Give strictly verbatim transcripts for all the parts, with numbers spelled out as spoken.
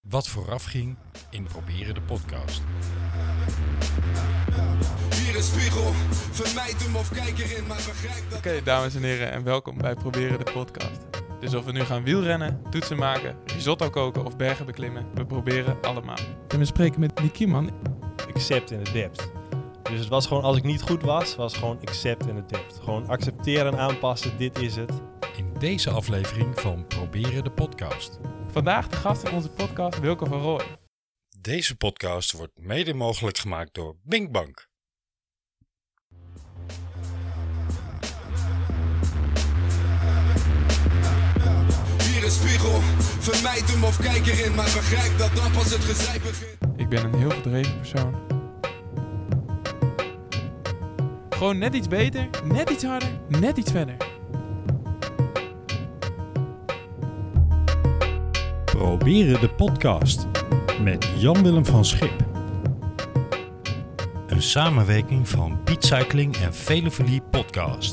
wat vooraf ging in Proberen de podcast. Hier een spiegel, vermijd hem of kijk erin, maar begrijp dat... Oké, okay, dames en heren, en welkom bij Proberen de podcast. Dus of we nu gaan wielrennen, toetsen maken, risotto koken of bergen beklimmen, we proberen allemaal. En we spreken met Nicky, man. Accept in the depth. Dus het was gewoon, als ik niet goed was, was gewoon accept in the depth. Gewoon accepteren en aanpassen, dit is het. In deze aflevering van Proberen de podcast. Vandaag de gast in onze podcast, Wilco van Rooij. Deze podcast wordt mede mogelijk gemaakt door Binkbank. Hier een spiegel, vermijd hem of kijk erin, maar begrijp dat dan pas het gezeik begint. Ik ben een heel gedreven persoon. Gewoon net iets beter, net iets harder, net iets verder. Proberen de podcast met Jan-Willem van Schip. Een samenwerking van Piet Cycling en Velofilie podcast.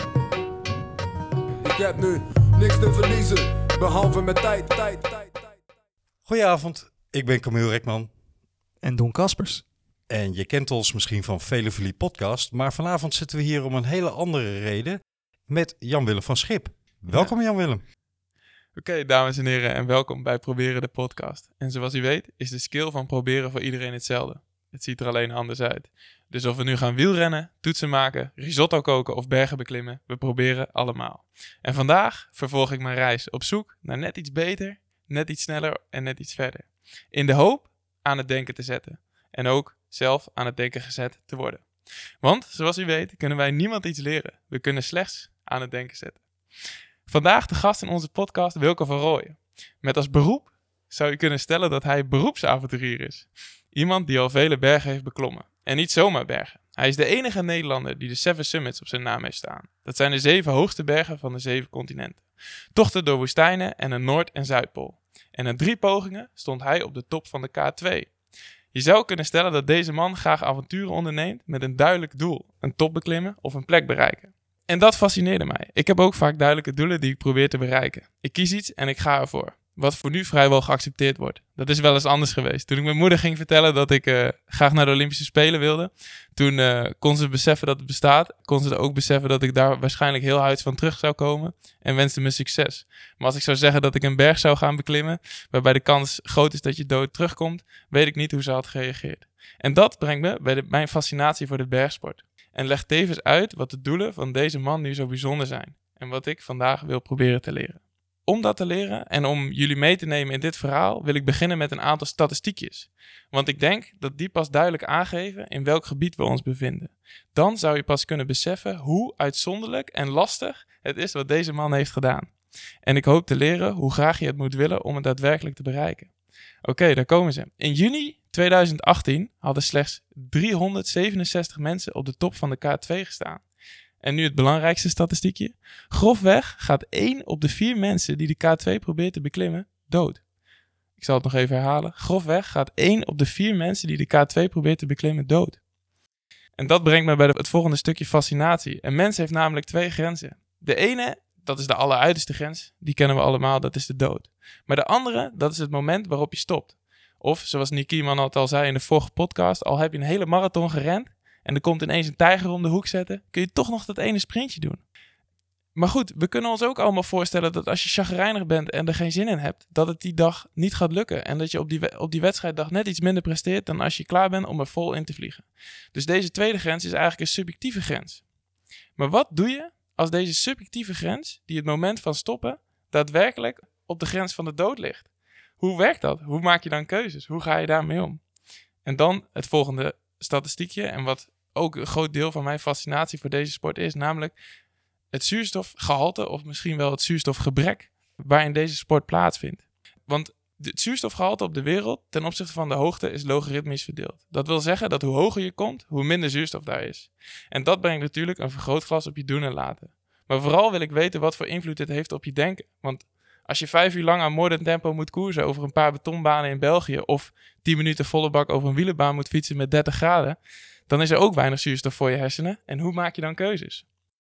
Ik heb nu niks te verliezen, behalve mijn tijd, tijd, tijd, tijd. Goedenavond, ik ben Camille Rekman. En Don Kaspers. En je kent ons misschien van Velofilie podcast, maar vanavond zitten we hier om een hele andere reden met Jan-Willem van Schip. Welkom ja. Jan-Willem. Oké, okay, dames en heren, en welkom bij Proberen de podcast. En zoals u weet is de skill van proberen voor iedereen hetzelfde. Het ziet er alleen anders uit. Dus of we nu gaan wielrennen, toetsen maken, risotto koken of bergen beklimmen, we proberen allemaal. En vandaag vervolg ik mijn reis op zoek naar net iets beter, net iets sneller en net iets verder. In de hoop aan het denken te zetten. En ook zelf aan het denken gezet te worden. Want, zoals u weet, kunnen wij niemand iets leren. We kunnen slechts aan het denken zetten. Vandaag de gast in onze podcast Wilco van Rooij. Met als beroep zou je kunnen stellen dat hij beroepsavonturier is. Iemand die al vele bergen heeft beklommen. En niet zomaar bergen. Hij is de enige Nederlander die de Seven Summits op zijn naam heeft staan. Dat zijn de zeven hoogste bergen van de zeven continenten. Tochten door woestijnen en een Noord- en Zuidpool. En na drie pogingen stond hij op de top van de K twee. Je zou kunnen stellen dat deze man graag avonturen onderneemt met een duidelijk doel. Een top beklimmen of een plek bereiken. En dat fascineerde mij. Ik heb ook vaak duidelijke doelen die ik probeer te bereiken. Ik kies iets en ik ga ervoor. Wat voor nu vrijwel geaccepteerd wordt. Dat is wel eens anders geweest. Toen ik mijn moeder ging vertellen dat ik uh, graag naar de Olympische Spelen wilde. Toen uh, kon ze beseffen dat het bestaat. Kon ze ook beseffen dat ik daar waarschijnlijk heel huids van terug zou komen. En wenste me succes. Maar als ik zou zeggen dat ik een berg zou gaan beklimmen, waarbij de kans groot is dat je dood terugkomt, weet ik niet hoe ze had gereageerd. En dat brengt me bij de, mijn fascinatie voor de bergsport. En legt tevens uit wat de doelen van deze man nu zo bijzonder zijn. En wat ik vandaag wil proberen te leren. Om dat te leren en om jullie mee te nemen in dit verhaal wil ik beginnen met een aantal statistiekjes. Want ik denk dat die pas duidelijk aangeven in welk gebied we ons bevinden. Dan zou je pas kunnen beseffen hoe uitzonderlijk en lastig het is wat deze man heeft gedaan. En ik hoop te leren hoe graag je het moet willen om het daadwerkelijk te bereiken. Oké, okay, daar komen ze. In juni tweeduizend achttien hadden slechts driehonderdzevenenzestig mensen op de top van de K twee gestaan. En nu het belangrijkste statistiekje. Grofweg gaat één op de vier mensen die de K twee probeert te beklimmen dood. Ik zal het nog even herhalen. Grofweg gaat één op de vier mensen die de K twee probeert te beklimmen dood. En dat brengt me bij het volgende stukje fascinatie. Een mens heeft namelijk twee grenzen. De ene, dat is de alleruiterste grens. Die kennen we allemaal, dat is de dood. Maar de andere, dat is het moment waarop je stopt. Of, zoals Nicky man al zei in de vorige podcast, al heb je een hele marathon gerend en er komt ineens een tijger om de hoek zetten, kun je toch nog dat ene sprintje doen. Maar goed, we kunnen ons ook allemaal voorstellen dat als je chagrijnig bent en er geen zin in hebt, dat het die dag niet gaat lukken. En dat je op die, op die wedstrijddag net iets minder presteert dan als je klaar bent om er vol in te vliegen. Dus deze tweede grens is eigenlijk een subjectieve grens. Maar wat doe je als deze subjectieve grens, die het moment van stoppen, daadwerkelijk op de grens van de dood ligt? Hoe werkt dat? Hoe maak je dan keuzes? Hoe ga je daarmee om? En dan het volgende statistiekje en wat ook een groot deel van mijn fascinatie voor deze sport is, namelijk het zuurstofgehalte of misschien wel het zuurstofgebrek waarin deze sport plaatsvindt. Want het zuurstofgehalte op de wereld ten opzichte van de hoogte is logaritmisch verdeeld. Dat wil zeggen dat hoe hoger je komt, hoe minder zuurstof daar is. En dat brengt natuurlijk een vergrootglas op je doen en laten. Maar vooral wil ik weten wat voor invloed dit heeft op je denken. Want als je vijf uur lang aan moordend tempo moet koersen over een paar betonbanen in België of tien minuten volle bak over een wielenbaan moet fietsen met dertig graden, dan is er ook weinig zuurstof voor je hersenen. En hoe maak je dan keuzes?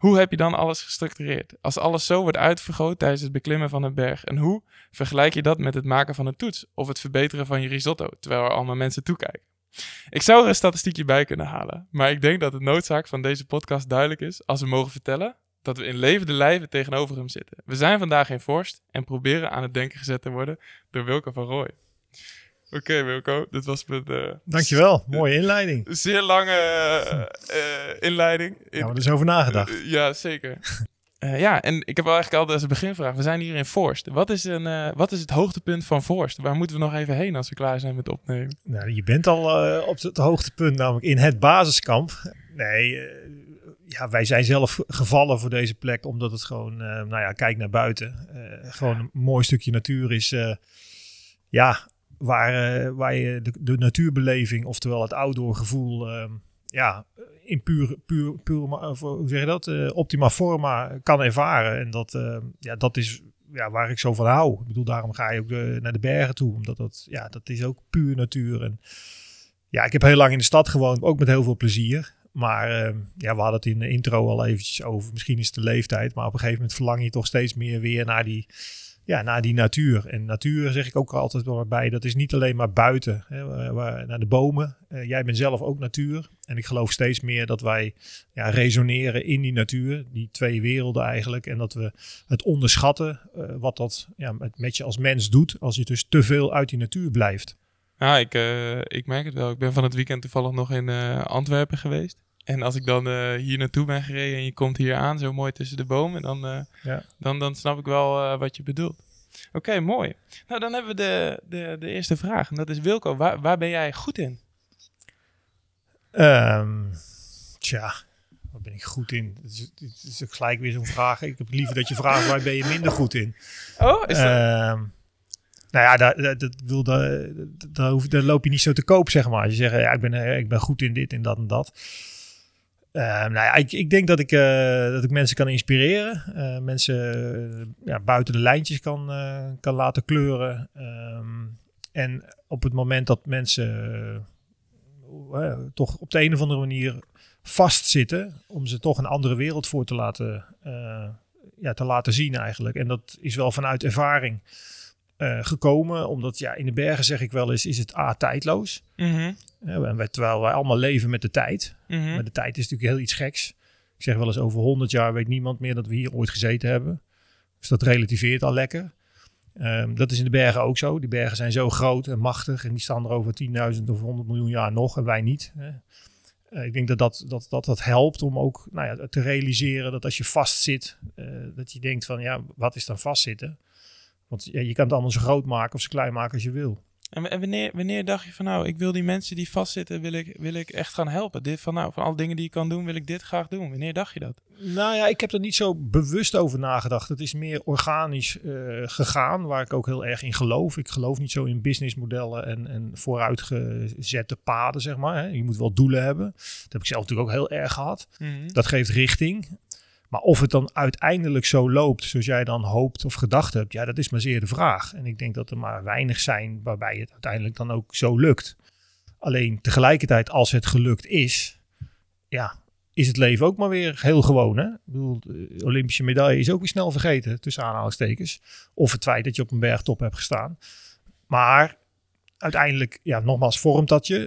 Hoe heb je dan alles gestructureerd? Als alles zo wordt uitvergroot tijdens het beklimmen van een berg. En hoe vergelijk je dat met het maken van een toets of het verbeteren van je risotto, terwijl er allemaal mensen toekijken? Ik zou er een statistiekje bij kunnen halen, maar ik denk dat de noodzaak van deze podcast duidelijk is als we mogen vertellen dat we in levende lijven tegenover hem zitten. We zijn vandaag in Voorst en proberen aan het denken gezet te worden door Wilco van Rooij. Oké okay, Wilco, dit was mijn... Uh, Dankjewel, mooie inleiding. Zeer lange uh, uh, inleiding. Daar hebben we dus over nagedacht. Uh, ja, zeker. uh, ja, en ik heb wel eigenlijk altijd als een beginvraag. We zijn hier in Voorst. Wat is, een, uh, wat is het hoogtepunt van Voorst? Waar moeten we nog even heen als we klaar zijn met opnemen? Nou, je bent al uh, op het hoogtepunt, namelijk in het basiskamp. Nee, uh, ja, wij zijn zelf gevallen voor deze plek, omdat het gewoon, uh, nou ja, kijk naar buiten. Uh, gewoon een mooi stukje natuur is, uh, ja... Waar, uh, waar je de, de natuurbeleving, oftewel het outdoor gevoel, uh, ja, in puur, puur, puur hoe zeg je dat, uh, optima forma kan ervaren. En dat, uh, ja, dat is ja, waar ik zo van hou. Ik bedoel, daarom ga je ook de, naar de bergen toe, omdat dat, ja, dat is ook puur natuur. En ja, ik heb heel lang in de stad gewoond, ook met heel veel plezier. Maar uh, ja, we hadden het in de intro al eventjes over, misschien is het de leeftijd, maar op een gegeven moment verlang je toch steeds meer weer naar die... Ja, naar die natuur. En natuur zeg ik ook altijd wel bij. Dat is niet alleen maar buiten. Hè, waar, waar, naar de bomen. Uh, jij bent zelf ook natuur. En ik geloof steeds meer dat wij ja, resoneren in die natuur. Die twee werelden eigenlijk. En dat we het onderschatten. Uh, wat dat ja, met, met je als mens doet. Als je dus te veel uit die natuur blijft. Ja, ik, uh, ik merk het wel. Ik ben van het weekend toevallig nog in uh, Antwerpen geweest. En als ik dan uh, hier naartoe ben gereden en je komt hier aan, zo mooi tussen de bomen, dan, uh, ja. dan, dan snap ik wel uh, wat je bedoelt. Oké, okay, mooi. Nou, dan hebben we de, de, de eerste vraag. En dat is Wilco, waar, waar ben jij goed in? Um, tja, waar ben ik goed in? Het is, het is gelijk weer zo'n vraag. Ik heb liever dat je vraagt, waar ben je minder goed in? Oh, is dat... Um, Nou ja, daar, daar, daar, daar, daar, hoef, daar loop je niet zo te koop, zeg maar. Als je zegt, ja, ik ben, ik ben goed in dit en dat en dat. Uh, nou ja, ik, ik denk dat ik, uh, dat ik mensen kan inspireren. Uh, mensen uh, ja, buiten de lijntjes kan, uh, kan laten kleuren. Um, en op het moment dat mensen uh, uh, toch op de een of andere manier vastzitten, om ze toch een andere wereld voor te laten, uh, ja, te laten zien eigenlijk. En dat is wel vanuit ervaring Uh, gekomen, omdat ja, in de bergen zeg ik wel eens, is het A, tijdloos. Mm-hmm. Uh, en wij, terwijl wij allemaal leven met de tijd. Mm-hmm. Maar de tijd is natuurlijk heel iets geks. Ik zeg wel eens, over honderd jaar weet niemand meer dat we hier ooit gezeten hebben. Dus dat relativeert al lekker. Um, dat is in de bergen ook zo. Die bergen zijn zo groot en machtig en die staan er over tienduizend of honderd miljoen jaar nog en wij niet. Hè. Uh, ik denk dat dat, dat, dat dat helpt om ook nou ja, te realiseren dat als je vastzit, uh, dat je denkt van ja, wat is dan vastzitten? Want ja, je kan het allemaal zo groot maken of zo klein maken als je wil. En, en wanneer, wanneer dacht je van nou, ik wil die mensen die vastzitten, wil ik, wil ik echt gaan helpen? Dit van nou, van alle dingen die ik kan doen, wil ik dit graag doen. Wanneer dacht je dat? Nou ja, ik heb er niet zo bewust over nagedacht. Het is meer organisch uh, gegaan, waar ik ook heel erg in geloof. Ik geloof niet zo in businessmodellen en, en vooruitgezette paden, zeg maar. Hè. Je moet wel doelen hebben. Dat heb ik zelf natuurlijk ook heel erg gehad. Mm-hmm. Dat geeft richting. Maar of het dan uiteindelijk zo loopt zoals jij dan hoopt of gedacht hebt, ja, dat is maar zeer de vraag. En ik denk dat er maar weinig zijn waarbij het uiteindelijk dan ook zo lukt. Alleen tegelijkertijd, als het gelukt is, ja, is het leven ook maar weer heel gewoon. Hè? Ik bedoel, de Olympische medaille is ook weer snel vergeten, tussen aanhalingstekens. Of het feit dat je op een bergtop hebt gestaan. Maar uiteindelijk, ja, nogmaals, vormt dat je.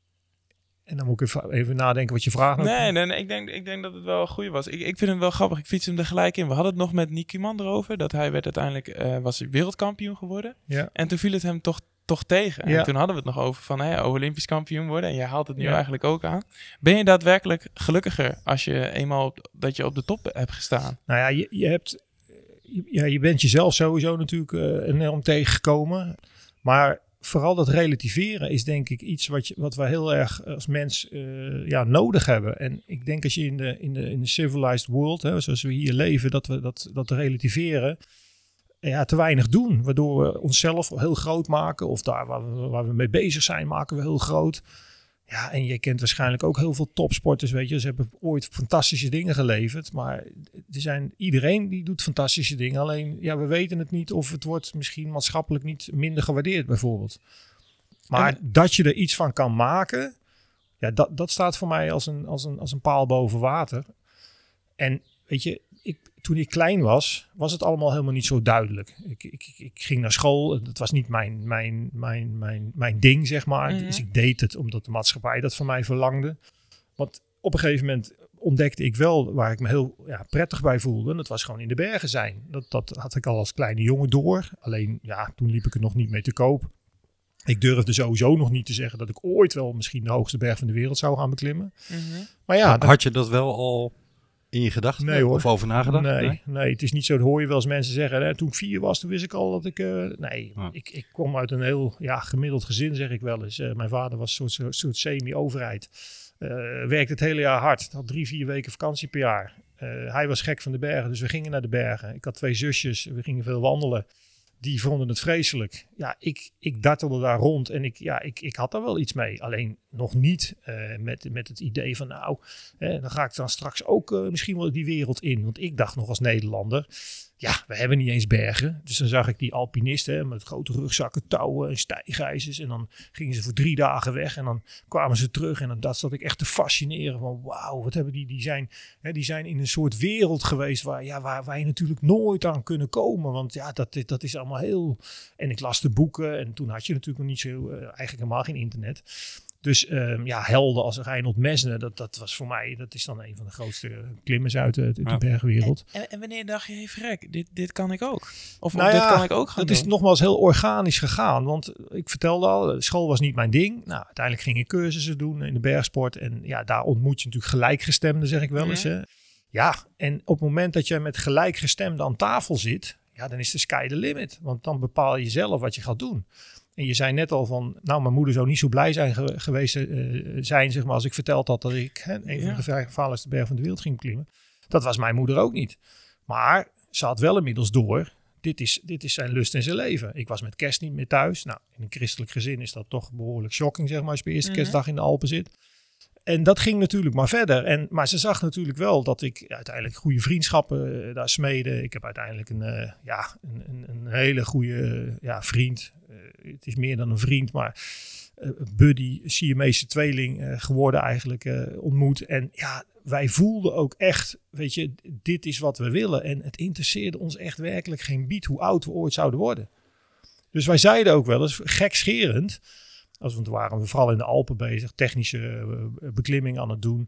En dan moet ik even, even nadenken wat je vraagt. Nee, nee, nee ik, denk, ik denk dat het wel een goede was. Ik, ik vind hem wel grappig. Ik fiets hem er gelijk in. We hadden het nog met Nicky Man erover. Dat hij werd uiteindelijk uh, was wereldkampioen geworden. Ja. En toen viel het hem toch, toch tegen. Ja. En toen hadden we het nog over van hey, Olympisch kampioen worden. En jij haalt het nu ja. eigenlijk ook aan. Ben je daadwerkelijk gelukkiger als je eenmaal op, dat je op de top hebt gestaan? Nou ja, je, je hebt... Ja, je bent jezelf sowieso natuurlijk uh, enorm tegengekomen. Maar vooral dat relativeren is denk ik iets wat, je, wat we heel erg als mens uh, ja, nodig hebben. En ik denk als je in de, in de, in de civilized world, hè, zoals we hier leven, dat we dat, dat relativeren ja, te weinig doen. Waardoor we onszelf heel groot maken. Of daar waar we, waar we mee bezig zijn, maken we heel groot. Ja, en je kent waarschijnlijk ook heel veel topsporters, weet je. Ze hebben ooit fantastische dingen geleverd. Maar er zijn, iedereen die doet fantastische dingen. Alleen, ja, we weten het niet of het wordt misschien maatschappelijk niet minder gewaardeerd bijvoorbeeld. Maar en dat je er iets van kan maken, ja, dat, dat staat voor mij als een, als, een, als een paal boven water. En weet je, ik, toen ik klein was, was het allemaal helemaal niet zo duidelijk. Ik, ik, ik ging naar school, het was niet mijn, mijn, mijn, mijn, mijn ding, zeg maar. Mm-hmm. Dus ik deed het omdat de maatschappij dat van mij verlangde. Want op een gegeven moment ontdekte ik wel waar ik me heel ja, prettig bij voelde. En dat was gewoon in de bergen zijn. Dat, dat had ik al als kleine jongen door. Alleen, ja, toen liep ik er nog niet mee te koop. Ik durfde sowieso nog niet te zeggen dat ik ooit wel misschien de hoogste berg van de wereld zou gaan beklimmen. Mm-hmm. Maar ja, dat, Had je dat wel al in je gedachten? Nee, hoor. Of over nagedacht? Nee, nee, het is niet zo. Dat hoor je wel eens mensen zeggen. Hè, toen ik vier was, toen wist ik al dat ik... Uh, nee, Ja. ik, ik kom uit een heel ja, gemiddeld gezin, zeg ik wel eens. Uh, mijn vader was een soort, soort semi-overheid. Uh, werkte het hele jaar hard. Had drie, vier weken vakantie per jaar. Uh, hij was gek van de bergen, dus we gingen naar de bergen. Ik had twee zusjes, we gingen veel wandelen. Die vonden het vreselijk. Ja, ik, ik dartelde daar rond en ik, ja, ik, ik had daar wel iets mee. Alleen nog niet uh, met, met het idee van nou, eh, dan ga ik dan straks ook uh, misschien wel die wereld in. Want ik dacht nog als Nederlander, ja, we hebben niet eens bergen. Dus dan zag ik die alpinisten hè, met grote rugzakken, touwen en stijgijzers. En dan gingen ze voor drie dagen weg en dan kwamen ze terug. En dan dat zat ik echt te fascineren van wauw, wat hebben die, die zijn, hè, die zijn in een soort wereld geweest waar, ja, waar wij natuurlijk nooit aan kunnen komen. Want ja, dat, dat is allemaal heel... En ik las de boeken en toen had je natuurlijk nog niet zo, uh, eigenlijk helemaal geen internet. Dus um, ja, helden als Reinhold Messner, dat, dat was voor mij, dat is dan een van de grootste klimmers uit de, uit de Ja. bergwereld. En, en wanneer dacht je, hey vrek, dit, dit kan ik ook? Of, Nou of dit ja, kan ik ook gaan Dat doen? is nogmaals heel organisch gegaan, want ik vertelde al, school was niet mijn ding. Nou, uiteindelijk ging ik cursussen doen in de bergsport en ja, daar ontmoet je natuurlijk gelijkgestemden, zeg ik wel eens. Ja. Hè. Ja, en op het moment dat je met gelijkgestemden aan tafel zit, ja, dan is de sky the limit, want dan bepaal je zelf wat je gaat doen. En je zei net al van, nou, mijn moeder zou niet zo blij zijn ge- geweest uh, zijn, zeg maar, als ik verteld had dat ik hè, een Ja. van de gevaarlijkste bergen van de wereld ging klimmen. Dat was mijn moeder ook niet. Maar ze had wel inmiddels door, dit is, dit is zijn lust en zijn leven. Ik was met kerst niet meer thuis. Nou, in een christelijk gezin is dat toch behoorlijk shocking, zeg maar, als je bij eerste Mhm. kerstdag in de Alpen zit. En dat ging natuurlijk maar verder. En, maar ze zag natuurlijk wel dat ik ja, uiteindelijk goede vriendschappen uh, daar smeden. Ik heb uiteindelijk een, uh, ja, een, een, een hele goede uh, ja, vriend. Uh, het is meer dan een vriend, maar uh, buddy, Siamese tweeling uh, geworden eigenlijk uh, ontmoet. En ja, wij voelden ook echt, weet je, dit is wat we willen. En het interesseerde ons echt werkelijk geen biet hoe oud we ooit zouden worden. Dus wij zeiden ook wel eens, gekscherend... Als we waren we vooral in de Alpen bezig, technische uh, beklimming aan het doen.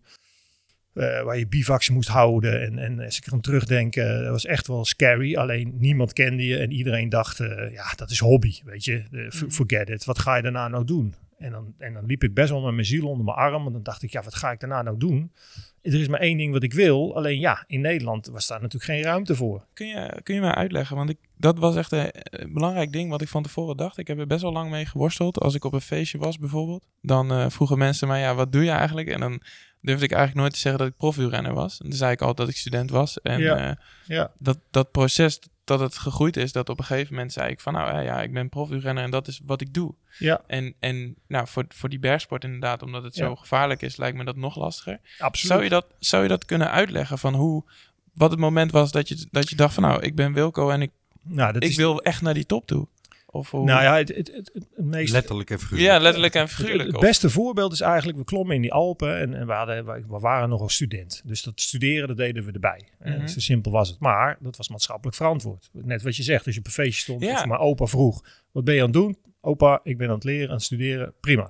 Uh, waar je bivaks moest houden. En, en als ik er aan terugdenken, dat was echt wel scary. Alleen niemand kende je en iedereen dacht, uh, ja, dat is hobby, weet je. Uh, f- forget it. Wat ga je daarna nou doen? En dan, en dan liep ik best wel met mijn ziel onder mijn arm. En dan dacht ik, ja, wat ga ik daarna nou doen? Er is maar één ding wat ik wil. Alleen ja, in Nederland was daar natuurlijk geen ruimte voor. Kun je, kun je mij uitleggen? Want ik, dat was echt een, een belangrijk ding wat ik van tevoren dacht. Ik heb er best wel lang mee geworsteld. Als ik op een feestje was bijvoorbeeld, dan uh, vroegen mensen mij, ja, wat doe je eigenlijk? En dan durfde ik eigenlijk nooit te zeggen dat ik profielrenner was. En dan zei ik altijd dat ik student was. En Ja. uh, Ja. dat, dat proces dat het gegroeid is, dat op een gegeven moment zei ik van, nou ja, ik ben profielrenner en dat is wat ik doe. Ja, En, en nou, voor, voor die bergsport inderdaad, omdat het zo Ja. gevaarlijk is, lijkt me dat nog lastiger. absoluut. Zou je dat, zou je dat kunnen uitleggen van hoe, wat het moment was dat je, dat je dacht van, nou, ik ben Wilco en ik, nou, dat ik is, wil echt naar die top toe? Of hoe? Nou ja, het, het, het, het, het meest... Letterlijk en figuurlijk. Ja, letterlijk en Het, figuurlijk. het Of- beste voorbeeld is eigenlijk, we klommen in die Alpen en, en we, hadden, we waren nog een student. Dus dat studeren, dat deden we erbij. Eh, Mhm. zo simpel was het. Maar dat was maatschappelijk verantwoord. Net wat je zegt, als je op een feestje stond Ja. of mijn opa vroeg, wat ben je aan het doen? Opa, ik ben aan het leren, aan het studeren. Prima.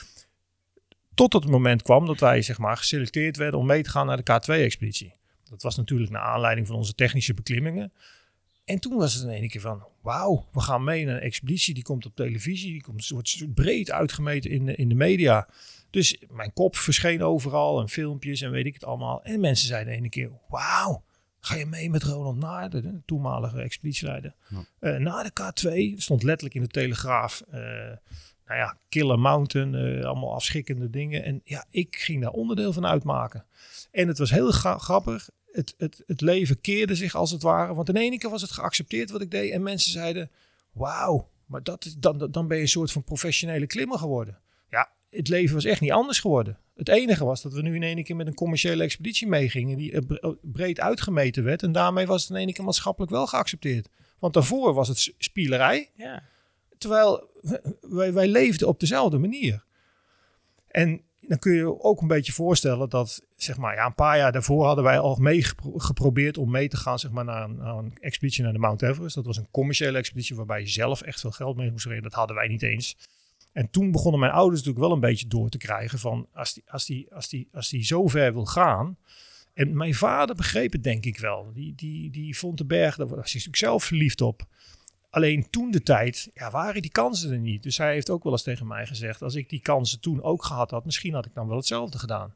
Tot het moment kwam dat wij zeg maar geselecteerd werden om mee te gaan naar de K twee expeditie. Dat was natuurlijk naar aanleiding van onze technische beklimmingen. En toen was het in één keer van, wauw, we gaan mee naar een expeditie. Die komt op televisie, die komt, wordt breed uitgemeten in de, in de media. Dus mijn kop verscheen overal en filmpjes en weet ik het allemaal. En mensen zeiden in één keer, wauw, ga je mee met Ronald Naarden, de toenmalige expeditieleider. Ja. Uh, naar de K twee, stond letterlijk in de Telegraaf. Uh, nou ja, Killer Mountain, uh, allemaal afschrikkende dingen. En ja, ik ging daar onderdeel van uitmaken. En het was heel gra- grappig. Het, het, het leven keerde zich als het ware. Want in één keer was het geaccepteerd wat ik deed. En mensen zeiden, wauw, maar dat is, dan, dan ben je een soort van professionele klimmer geworden. Ja, het leven was echt niet anders geworden. Het enige was dat we nu in één keer met een commerciële expeditie meegingen. Die breed uitgemeten werd. En daarmee was het in één keer maatschappelijk wel geaccepteerd. Want daarvoor was het spielerij. Ja. Terwijl wij, wij leefden op dezelfde manier. En dan kun je ook een beetje voorstellen dat, zeg maar, ja, een paar jaar daarvoor hadden wij al mee gepro- geprobeerd om mee te gaan, zeg maar, naar een, naar een expeditie naar de Mount Everest. Dat was een commerciële expeditie waarbij je zelf echt veel geld mee moest rekenen. Dat hadden wij niet eens. En toen begonnen mijn ouders natuurlijk wel een beetje door te krijgen van, als die, als die, als die, als die zo ver wil gaan. En mijn vader begreep het denk ik wel. Die, die, die vond de berg, daar was hij natuurlijk zelf verliefd op. Alleen toen de tijd, ja, waren die kansen er niet. Dus hij heeft ook wel eens tegen mij gezegd, als ik die kansen toen ook gehad had, misschien had ik dan wel hetzelfde gedaan.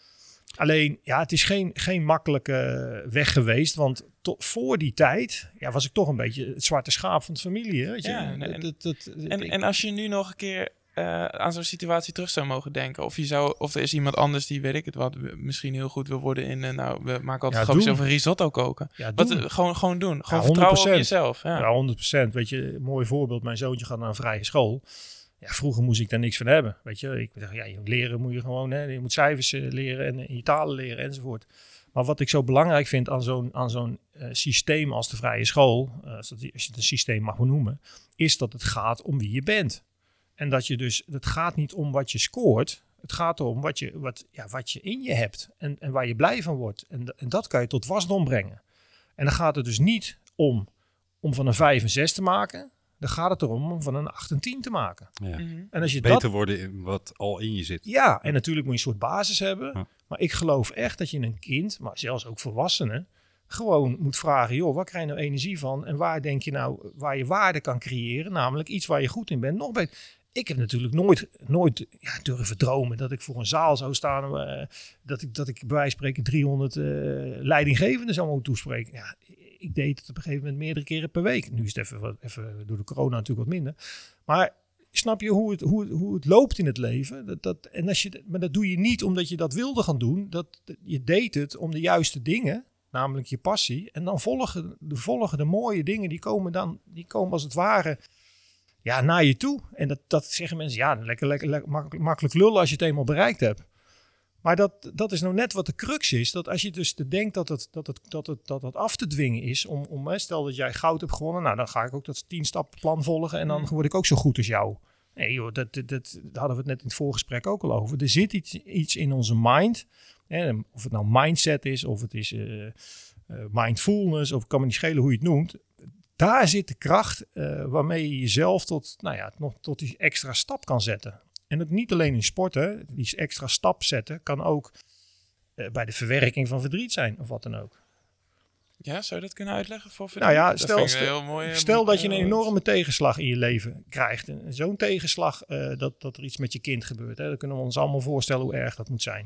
Alleen, ja, het is geen, geen makkelijke weg geweest, want tot voor die tijd ja, was ik toch een beetje het zwarte schaap van de familie. Hè, weet je? Ja, en, en, dat, dat, en, ik- en als je nu nog een keer uh, aan zo'n situatie terug zou mogen denken, of je zou, of er is iemand anders die, weet ik het wat, misschien heel goed wil worden in, uh, nou, we maken altijd Ja, grapjes doen. over risotto koken. ja, Wat, doen. uh, gewoon, gewoon doen. Gewoon Ja, vertrouwen op honderd procent. jezelf. Ja. Ja, honderd procent. Weet je, een mooi voorbeeld. Mijn zoontje gaat naar een vrije school. Ja, vroeger moest ik daar niks van hebben. Weet je, ik zeg, ja, je leren moet je gewoon, hè, je moet cijfers uh, leren en uh, je talen leren enzovoort. Maar wat ik zo belangrijk vind aan zo'n, aan zo'n uh, systeem als de vrije school, uh, als, dat, als je het een systeem mag noemen, is dat het gaat om wie je bent. En dat je dus, het gaat niet om wat je scoort. Het gaat erom wat je, wat, ja, wat je in je hebt en, en waar je blij van wordt. En, en dat kan je tot wasdom brengen. En dan gaat het dus niet om, om van een vijf een zes te maken. Dan gaat het erom om van een acht een tien te maken. Ja. Mm-hmm. En als je Beter dat... worden in wat al in je zit. Ja, en natuurlijk moet je een soort basis hebben. Ja. Maar ik geloof echt dat je een kind, maar zelfs ook volwassenen, gewoon moet vragen, joh, waar krijg je nou energie van? En waar denk je nou, waar je waarde kan creëren? Namelijk iets waar je goed in bent, nog beter. Ik heb natuurlijk nooit, nooit ja, durven dromen dat ik voor een zaal zou staan, uh, dat, ik, dat ik bij wijze van spreken driehonderd uh, leidinggevenden zou moeten toespreken. Ja, ik deed het op een gegeven moment meerdere keren per week. Nu is het even, wat, even door de corona natuurlijk wat minder. Maar snap je hoe het, hoe, hoe het loopt in het leven? Dat, dat, en als je, maar dat doe je niet omdat je dat wilde gaan doen. Dat, dat, je deed het om de juiste dingen, namelijk je passie. En dan volgen de, volgen de mooie dingen, die komen dan, die komen als het ware ja, naar je toe. En dat, dat zeggen mensen, ja, lekker, lekker, lekker makkelijk, makkelijk lullen als je het eenmaal bereikt hebt. Maar dat, dat is nou net wat de crux is. Dat als je dus denkt dat het, dat het, dat het, dat het af te dwingen is. Om, om, stel dat jij goud hebt gewonnen. Nou, dan ga ik ook dat tien stappen plan volgen. En dan word ik ook zo goed als jou. Nee joh, dat, dat, dat, daar hadden we het net in het voorgesprek ook al over. Er zit iets, iets in onze mind. Hè, of het nou mindset is. Of het is uh, uh, mindfulness. Of het kan me niet schelen hoe je het noemt. Daar zit de kracht uh, waarmee je jezelf tot, nou ja, nog tot die extra stap kan zetten. En het niet alleen in sporten, die extra stap zetten kan ook uh, bij de verwerking van verdriet zijn of wat dan ook. Ja, zou je dat kunnen uitleggen? Voor Nou ja, dat stel, vind ik een stel, heel mooi, stel dat je een uh, enorme tegenslag in je leven krijgt. En zo'n tegenslag uh, dat, dat er iets met je kind gebeurt. Hè, dan kunnen we ons allemaal voorstellen hoe erg dat moet zijn.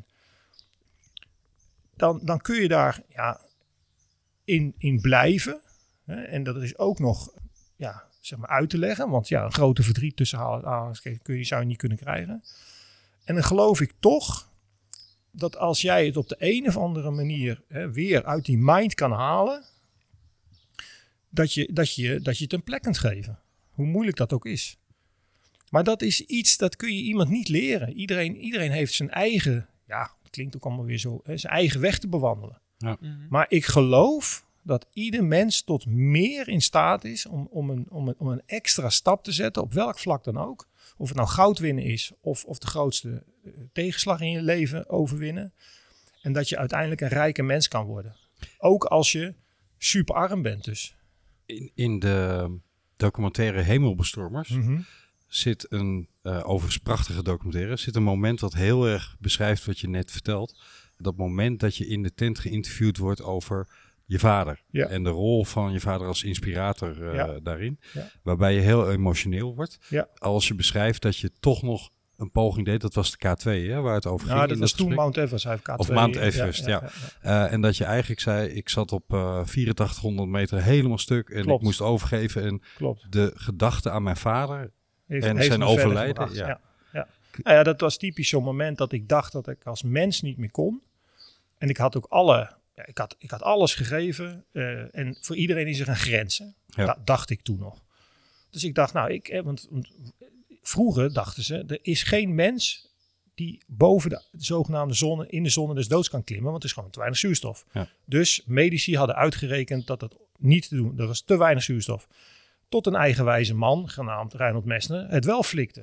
Dan, dan kun je daar ja, in, in blijven. Hè, en dat is ook nog ja, zeg maar uit te leggen. Want ja, een grote verdriet tussen aanhalingstekens kun je, zou je niet kunnen krijgen. En dan geloof ik toch dat als jij het op de een of andere manier hè, weer uit die mind kan halen, dat je, dat, je, dat je het een plek kunt geven. Hoe moeilijk dat ook is. Maar dat is iets, dat kun je iemand niet leren. Iedereen, iedereen heeft zijn eigen, ja, het klinkt ook allemaal weer zo, hè, zijn eigen weg te bewandelen. Ja. Mm-hmm. Maar ik geloof dat ieder mens tot meer in staat is om, om, een, om, een, om een extra stap te zetten, op welk vlak dan ook. Of het nou goud winnen is, of, of de grootste uh, tegenslag in je leven overwinnen. En dat je uiteindelijk een rijke mens kan worden. Ook als je super arm bent dus. In, in de documentaire Hemelbestormers Mm-hmm. zit een, uh, overigens prachtige documentaire, zit een moment wat heel erg beschrijft wat je net vertelt. Dat moment dat je in de tent geïnterviewd wordt over je vader. Ja. En de rol van je vader als inspirator uh, Ja. daarin. Ja. Waarbij je heel emotioneel wordt. Ja. Als je beschrijft dat je toch nog een poging deed. Dat was de K twee, hè, waar het over ging. Nou, dat in was toen gesprek. Mount Everest. Hij heeft K twee. Of Mount Everest, ja. Uh, en dat je eigenlijk zei, ik zat op uh, vierentachtighonderd meter helemaal stuk. En Klopt. ik moest overgeven. En Klopt. de gedachte aan mijn vader Heeft, en heeft zijn me verder overlijden. gebracht, Ja. Ja. Ja. Nou ja, dat was typisch zo'n moment dat ik dacht dat ik als mens niet meer kon. En ik had ook alle, ja, ik had, ik had alles gegeven. Uh, en voor iedereen is er een grens. Hè? Ja. Da- dacht ik toen nog. Dus ik dacht, nou, ik, want, want vroeger dachten ze, er is geen mens die boven de zogenaamde zone, in de zone des doods kan klimmen, want er is gewoon te weinig zuurstof. Ja. Dus medici hadden uitgerekend dat het niet te doen, er was te weinig zuurstof. Tot een eigenwijze man, genaamd Reinhold Messner, het wel flikte.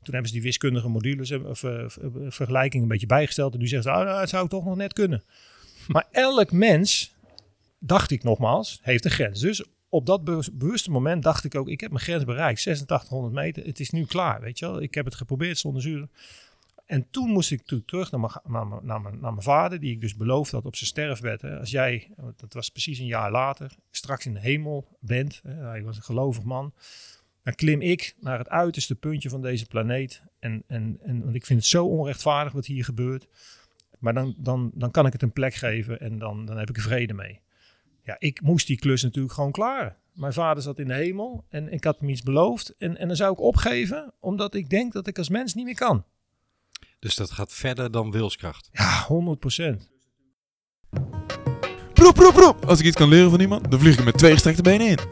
Toen hebben ze die wiskundige modules of uh, vergelijking een beetje bijgesteld. En nu zeggen ze, oh, nou, het zou toch nog net kunnen. Maar elk mens, dacht ik nogmaals, heeft een grens. Dus op dat be- bewuste moment dacht ik ook, ik heb mijn grens bereikt. zesentachtighonderd meter, het is nu klaar, weet je wel. Ik heb het geprobeerd zonder zuur. En toen moest ik toe terug naar mijn, naar, mijn, naar, mijn, naar mijn vader, die ik dus beloofd had op zijn sterfbed. Hè. Als jij, dat was precies een jaar later, straks in de hemel bent, hè, hij was een gelovig man, dan klim ik naar het uiterste puntje van deze planeet. En, en, en want ik vind het zo onrechtvaardig wat hier gebeurt. Maar dan, dan, dan kan ik het een plek geven en dan, dan heb ik er vrede mee. Ja, ik moest die klus natuurlijk gewoon klaren. Mijn vader zat in de hemel en ik had hem iets beloofd. En, en dan zou ik opgeven, omdat ik denk dat ik als mens niet meer kan. Dus dat gaat verder dan wilskracht. Ja, honderd procent. Proep, proep, proep. Als ik iets kan leren van iemand, dan vlieg ik er met twee gestrekte benen in.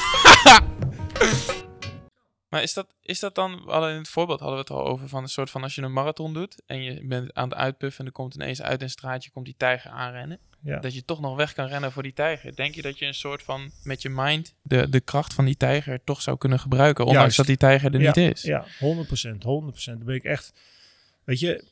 Maar is dat, is dat dan, we hadden in het voorbeeld hadden we het al over van een soort van als je een marathon doet en je bent aan het uitpuffen en er komt ineens uit een straatje, komt die tijger aanrennen. Ja. Dat je toch nog weg kan rennen voor die tijger. Denk je dat je een soort van met je mind de, de kracht van die tijger toch zou kunnen gebruiken, ondanks Juist. dat die tijger er ja, niet is? Ja, honderd procent. honderd procent. Daar ben ik echt, weet je,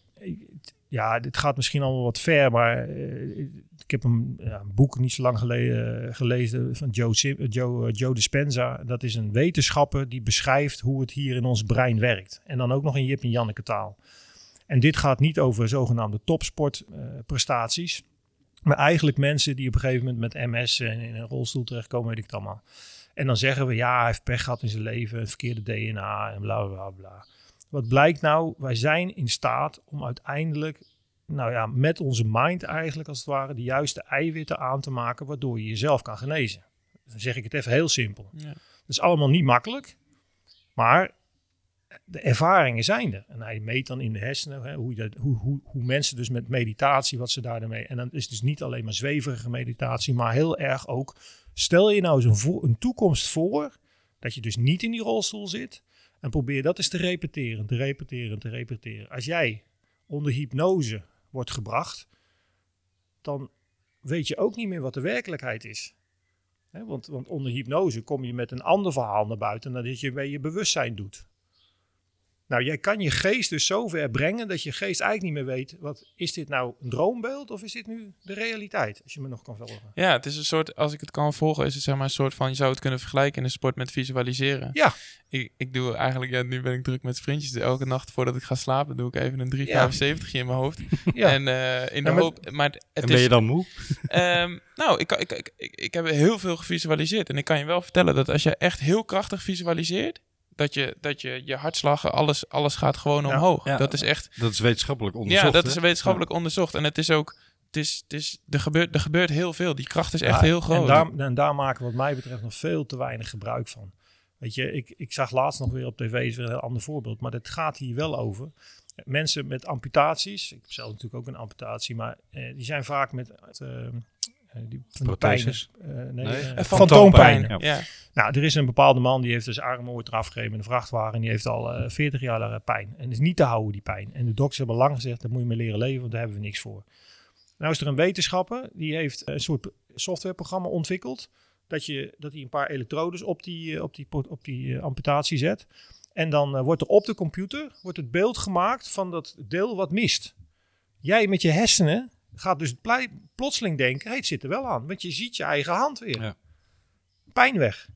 ja, dit gaat misschien allemaal wat ver, maar uh, ik heb een, ja, een boek niet zo lang geleden uh, gelezen van Joe, Sim, Joe, uh, Joe Dispenza. Dat is een wetenschapper die beschrijft hoe het hier in ons brein werkt. En dan ook nog in Jip en Janneke taal. En dit gaat niet over zogenaamde topsportprestaties, uh, maar eigenlijk mensen die op een gegeven moment met M S en in een rolstoel terechtkomen, weet ik het allemaal. En dan zeggen we, ja, hij heeft pech gehad in zijn leven, het verkeerde D N A en bla bla bla. Wat blijkt nou? Wij zijn in staat om uiteindelijk, nou ja, met onze mind eigenlijk als het ware, de juiste eiwitten aan te maken, waardoor je jezelf kan genezen. Dan zeg ik het even heel simpel. Ja. Dat is allemaal niet makkelijk, maar de ervaringen zijn er. En hij meet dan in de hersenen, hè, hoe, je dat, hoe, hoe, hoe mensen dus met meditatie, wat ze daarmee. En dan is het dus niet alleen maar zweverige meditatie, maar heel erg ook, stel je nou eens een, vo- een toekomst voor, dat je dus niet in die rolstoel zit. En probeer dat eens te repeteren, te repeteren, te repeteren. Als jij onder hypnose wordt gebracht, dan weet je ook niet meer wat de werkelijkheid is. He, want, want onder hypnose kom je met een ander verhaal naar buiten dan dat je bij je bewustzijn doet. Nou, jij kan je geest dus zo ver brengen dat je geest eigenlijk niet meer weet, wat, is dit nou een droombeeld of is dit nu de realiteit? Als je me nog kan volgen. Ja, het is een soort, als ik het kan volgen, is het zeg maar een soort van, je zou het kunnen vergelijken in de sport met visualiseren. Ja. Ik, ik doe eigenlijk, ja, nu ben ik druk met vriendjes, dus elke nacht voordat ik ga slapen doe ik even een drie Ja. vijfenzeventig in mijn hoofd. Ja. En uh, in de Ja, maar- hoop, maar het En is, ben je dan moe? Um, nou, ik, ik, ik, ik, ik heb heel veel gevisualiseerd. En ik kan je wel vertellen dat als je echt heel krachtig visualiseert, dat je, dat je, je hartslag, alles, alles gaat gewoon Ja. omhoog. Ja. Dat is echt, Dat is wetenschappelijk onderzocht. ja, dat hè? is wetenschappelijk onderzocht. En het is ook, het is, het is, er, gebeurt, er gebeurt heel veel. Die kracht is echt Ja, heel groot. En daar, en daar maken we wat mij betreft nog veel te weinig gebruik van. Weet je, ik, ik zag laatst nog weer op tv, is weer een heel ander voorbeeld, maar het gaat hier wel over. Mensen met amputaties, ik heb zelf natuurlijk ook een amputatie, maar eh, die zijn vaak met uh, die, van die Protheses? pijnen. Uh, nee, Nee. uh, Eh, fantoompijn. Ja. Ja. Nou, er is een bepaalde man die heeft dus arm ooit eraf gegeven in een vrachtwagen en die heeft al uh, veertig jaar uh, pijn. En is niet te houden, die pijn. En de dokters hebben lang gezegd, daar moet je mee leren leven, want daar hebben we niks voor. Nou is er een wetenschapper, die heeft een soort softwareprogramma ontwikkeld, dat je dat hij een paar elektrodes op die, op die, op die uh, amputatie zet. En dan uh, wordt er op de computer wordt het beeld gemaakt van dat deel wat mist. Jij met je hersenen gaat dus plei, plotseling denken, hey, het zit er wel aan. Want je ziet je eigen hand weer. Ja. Pijn weg.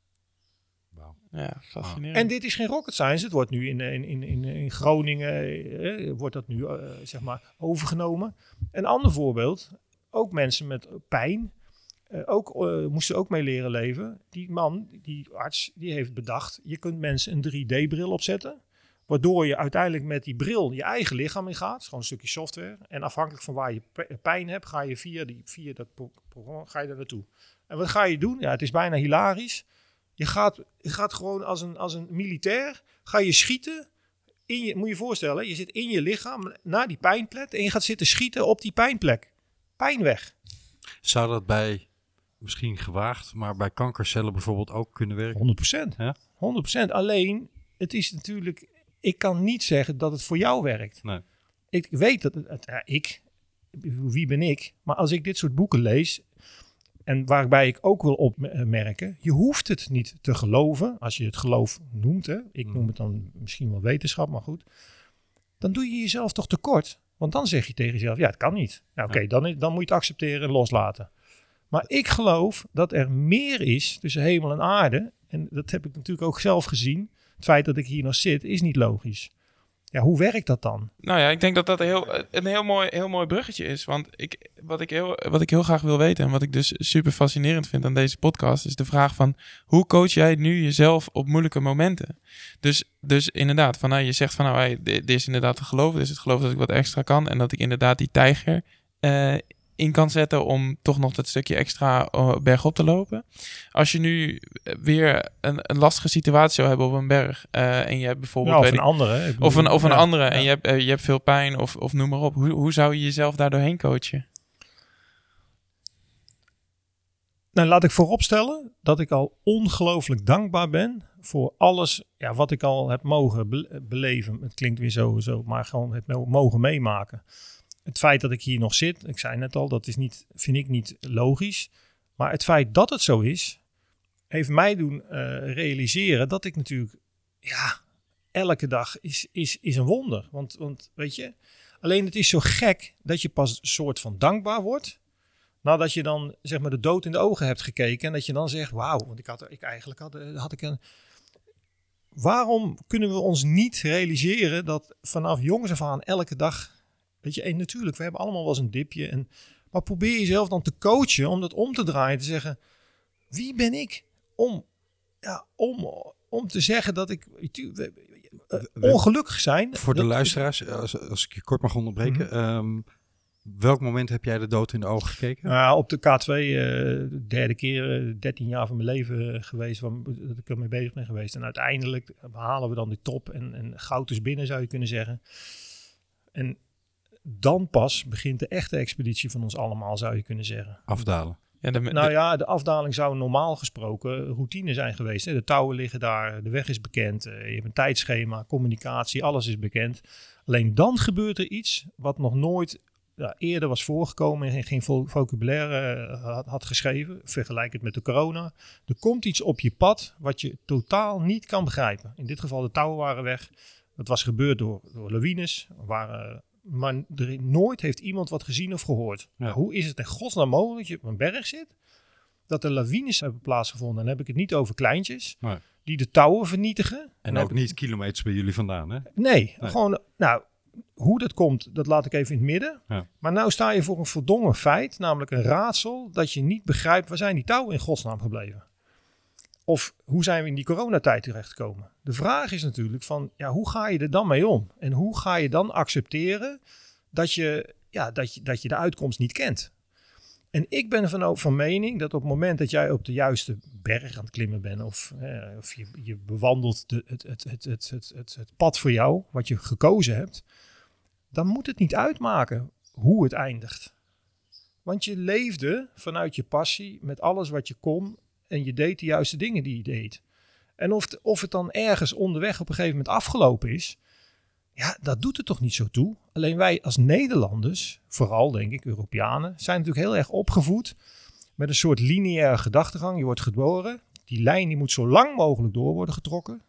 Ja, fascinerend. En dit is geen rocket science. Het wordt nu in, in, in, in, in Groningen eh, wordt dat nu uh, zeg maar overgenomen. Een ander voorbeeld. Ook mensen met pijn. Uh, ook, uh, moesten ook mee leren leven. Die man, die arts, die heeft bedacht, je kunt mensen een drie D-bril opzetten, waardoor je uiteindelijk met die bril je eigen lichaam in gaat. Het is gewoon een stukje software. En afhankelijk van waar je pijn hebt, ga je via, die, via dat programma ga je daar naartoe. En wat ga je doen? Ja, het is bijna hilarisch. Je gaat, je gaat gewoon als een, als een militair, ga je schieten. In je, moet je je voorstellen, je zit in je lichaam naar die pijnplek en je gaat zitten schieten op die pijnplek. Pijn weg. Zou dat bij, misschien gewaagd, maar bij kankercellen bijvoorbeeld ook kunnen werken? honderd procent. Ja? honderd procent. Alleen, het is natuurlijk, ik kan niet zeggen dat het voor jou werkt. Nee. Ik weet dat, het, het, ja, ik, wie ben ik? Maar als ik dit soort boeken lees, en waarbij ik ook wil opmerken, je hoeft het niet te geloven. Als je het geloof noemt, hè, ik noem het dan misschien wel wetenschap, maar goed. Dan doe je jezelf toch tekort. Want dan zeg je tegen jezelf, ja, het kan niet. Nou, oké, okay, dan, dan moet je het accepteren en loslaten. Maar ik geloof dat er meer is tussen hemel en aarde. En dat heb ik natuurlijk ook zelf gezien. Het feit dat ik hier nog zit, is niet logisch. Ja, hoe werkt dat dan? Nou ja, ik denk dat dat een heel, een heel mooi, heel mooi bruggetje is. Want ik, wat, ik heel, wat ik heel graag wil weten en wat ik dus super fascinerend vind aan deze podcast, is de vraag van, hoe coach jij nu jezelf op moeilijke momenten? Dus, dus inderdaad, van, nou, je zegt van, nou, hey, dit is inderdaad het geloof. Dit is het geloof dat ik wat extra kan en dat ik inderdaad die tijger uh, in kan zetten om toch nog dat stukje extra uh, bergop te lopen. Als je nu weer een, een lastige situatie zou hebben op een berg uh, en je hebt bijvoorbeeld... Ja, of weet een ik, andere. Ik bedoel, of een, of een ja, andere ja. en je hebt, uh, je hebt veel pijn of, of noem maar op. Hoe, hoe zou je jezelf daar doorheen coachen? Nou, laat ik vooropstellen dat ik al ongelooflijk dankbaar ben voor alles ja, wat ik al heb mogen be- beleven. Het klinkt weer zo, zo, maar gewoon het mogen meemaken. Het feit dat ik hier nog zit, ik zei net al, dat is niet, vind ik niet logisch. Maar het feit dat het zo is, heeft mij doen uh, realiseren dat ik natuurlijk, ja, elke dag is, is, is een wonder. Want, want weet je, alleen het is zo gek dat je pas een soort van dankbaar wordt. Nadat je dan zeg maar de dood in de ogen hebt gekeken en dat je dan zegt, wauw, want ik had, ik eigenlijk had, had ik een... Waarom kunnen we ons niet realiseren dat vanaf jongens af aan elke dag... Weet je, en natuurlijk, we hebben allemaal wel eens een dipje. En, maar probeer jezelf dan te coachen om dat om te draaien. Te zeggen, wie ben ik om, ja, om, om te zeggen dat ik uh, ongelukkig zijn. Voor de dat, luisteraars, als, als ik je kort mag onderbreken. Mm-hmm. Um, welk moment heb jij de dood in de ogen gekeken? Uh, op de K twee, uh, de derde keer, uh, dertien jaar van mijn leven uh, geweest. Waar, dat ik ermee bezig ben geweest. En uiteindelijk halen we dan de top. En, en goud is binnen, zou je kunnen zeggen. En dan pas begint de echte expeditie van ons allemaal, zou je kunnen zeggen. Afdalen. Ja, de, nou ja, de afdaling zou normaal gesproken routine zijn geweest. Hè? De touwen liggen daar, de weg is bekend, uh, je hebt een tijdschema, communicatie, alles is bekend. Alleen dan gebeurt er iets wat nog nooit ja, eerder was voorgekomen en geen vocabulaire uh, had, had geschreven. Vergelijk het met de corona. Er komt iets op je pad wat je totaal niet kan begrijpen. In dit geval de touwen waren weg. Dat was gebeurd door, door lawines, waren... Maar er, nooit heeft iemand wat gezien of gehoord. Ja. Hoe is het in godsnaam mogelijk dat je op een berg zit, dat er lawines hebben plaatsgevonden? Dan heb ik het niet over kleintjes, nee. die de touwen vernietigen. En ook niet kilometers bij jullie vandaan, hè? Nee, nee, gewoon, nou, hoe dat komt, dat laat ik even in het midden. Ja. Maar nou sta je voor een verdongen feit, namelijk een raadsel, dat je niet begrijpt, waar zijn die touwen in godsnaam gebleven? Of hoe zijn we in die coronatijd terechtgekomen? De vraag is natuurlijk van, ja, hoe ga je er dan mee om? En hoe ga je dan accepteren dat je, ja, dat je, dat je de uitkomst niet kent? En ik ben van, van mening dat op het moment dat jij op de juiste berg aan het klimmen bent, of, eh, of je, je bewandelt de, het, het, het, het, het, het, het pad voor jou, wat je gekozen hebt, dan moet het niet uitmaken hoe het eindigt. Want je leefde vanuit je passie met alles wat je kon. En je deed de juiste dingen die je deed. En of, t, of het dan ergens onderweg op een gegeven moment afgelopen is. Ja, dat doet er toch niet zo toe. Alleen wij als Nederlanders, vooral denk ik Europeanen, zijn natuurlijk heel erg opgevoed met een soort lineaire gedachtegang. Je wordt geboren. Die lijn die moet zo lang mogelijk door worden getrokken.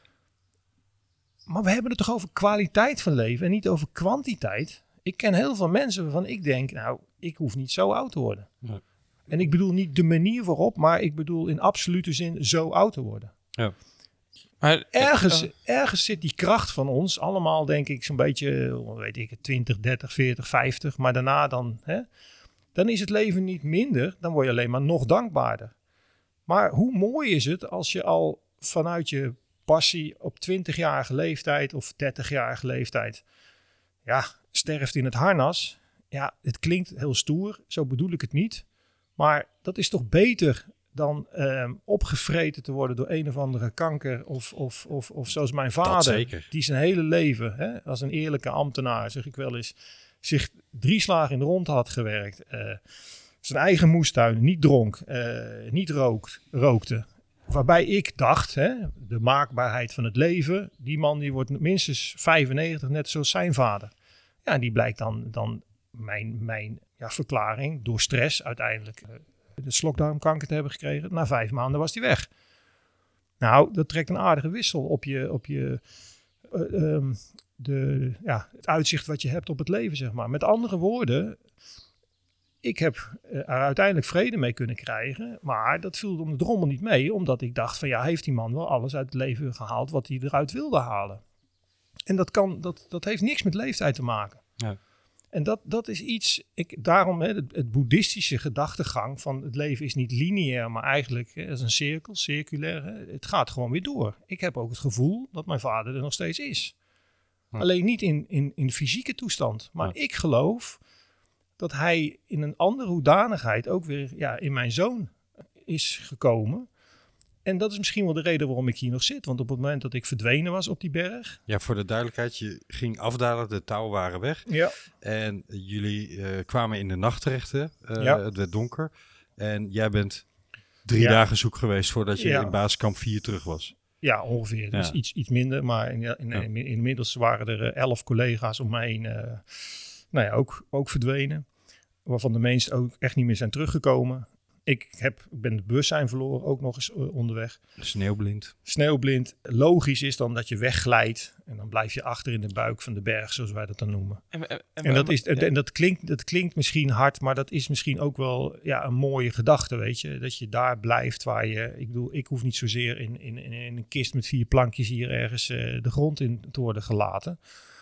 Maar we hebben het toch over kwaliteit van leven en niet over kwantiteit. Ik ken heel veel mensen waarvan ik denk, nou, ik hoef niet zo oud te worden. Ja. En ik bedoel niet de manier waarop, maar ik bedoel in absolute zin zo oud te worden. Ja. Maar ergens, uh, ergens zit die kracht van ons allemaal, denk ik, zo'n beetje, weet ik, twintig, dertig, veertig, vijftig. Maar daarna dan, hè, dan is het leven niet minder. Dan word je alleen maar nog dankbaarder. Maar hoe mooi is het als je al vanuit je passie op twintigjarige leeftijd of dertigjarige leeftijd, ja, sterft in het harnas. Ja, het klinkt heel stoer, zo bedoel ik het niet. Maar dat is toch beter dan um, opgevreten te worden door een of andere kanker. Of, of, of, of zoals mijn vader, die zijn hele leven, hè, als een eerlijke ambtenaar, zeg ik wel eens, zich drie slagen in de rond had gewerkt. Uh, zijn eigen moestuin, niet dronk, uh, niet rookt, rookte. Waarbij ik dacht, hè, de maakbaarheid van het leven, die man die wordt minstens vijfennegentig, net zoals zijn vader. Ja, en die blijkt dan, dan mijn, mijn ja, verklaring door stress uiteindelijk uh, de slokdarmkanker te hebben gekregen. Na vijf maanden was die weg. Nou, dat trekt een aardige wissel op je, op je uh, um, de, ja, het uitzicht wat je hebt op het leven, zeg maar. Met andere woorden, ik heb er uiteindelijk vrede mee kunnen krijgen, maar dat viel om de drommel niet mee, omdat ik dacht van ja, heeft die man wel alles uit het leven gehaald wat hij eruit wilde halen. En dat, kan, dat, dat heeft niks met leeftijd te maken. Ja. En dat, dat is iets, ik, daarom hè, het, het boeddhistische gedachtegang van het leven is niet lineair, maar eigenlijk hè, is een cirkel, circulair. Hè, het gaat gewoon weer door. Ik heb ook het gevoel dat mijn vader er nog steeds is. Ja. Alleen niet in, in, in fysieke toestand. Maar ja. ik geloof dat hij in een andere hoedanigheid ook weer ja, in mijn zoon is gekomen. En dat is misschien wel de reden waarom ik hier nog zit. Want op het moment dat ik verdwenen was op die berg... Ja, voor de duidelijkheid, je ging afdalen, de touwen waren weg. Ja. En jullie uh, kwamen in de nacht terecht, hè? Uh, ja. Het werd donker. En jij bent drie ja. dagen zoek geweest voordat je ja. in basiskamp vier terug was. Ja, ongeveer. Dus ja. iets, iets minder. Maar in, in, in, in, inmiddels waren er uh, elf collega's om mij heen uh, nou ja, ook, ook verdwenen. Waarvan de meesten ook echt niet meer zijn teruggekomen. Ik, heb, ik ben het bewustzijn verloren, ook nog eens uh, onderweg. Sneeuwblind. Sneeuwblind. Logisch is dan dat je wegglijdt. En dan blijf je achter in de buik van de berg, zoals wij dat dan noemen. En, en, en, en, dat, is, ja. en dat, klinkt, dat klinkt misschien hard, maar dat is misschien ook wel ja, een mooie gedachte, weet je. Dat je daar blijft waar je... Ik bedoel, ik hoef niet zozeer in, in, in een kist met vier plankjes hier ergens uh, de grond in te worden gelaten.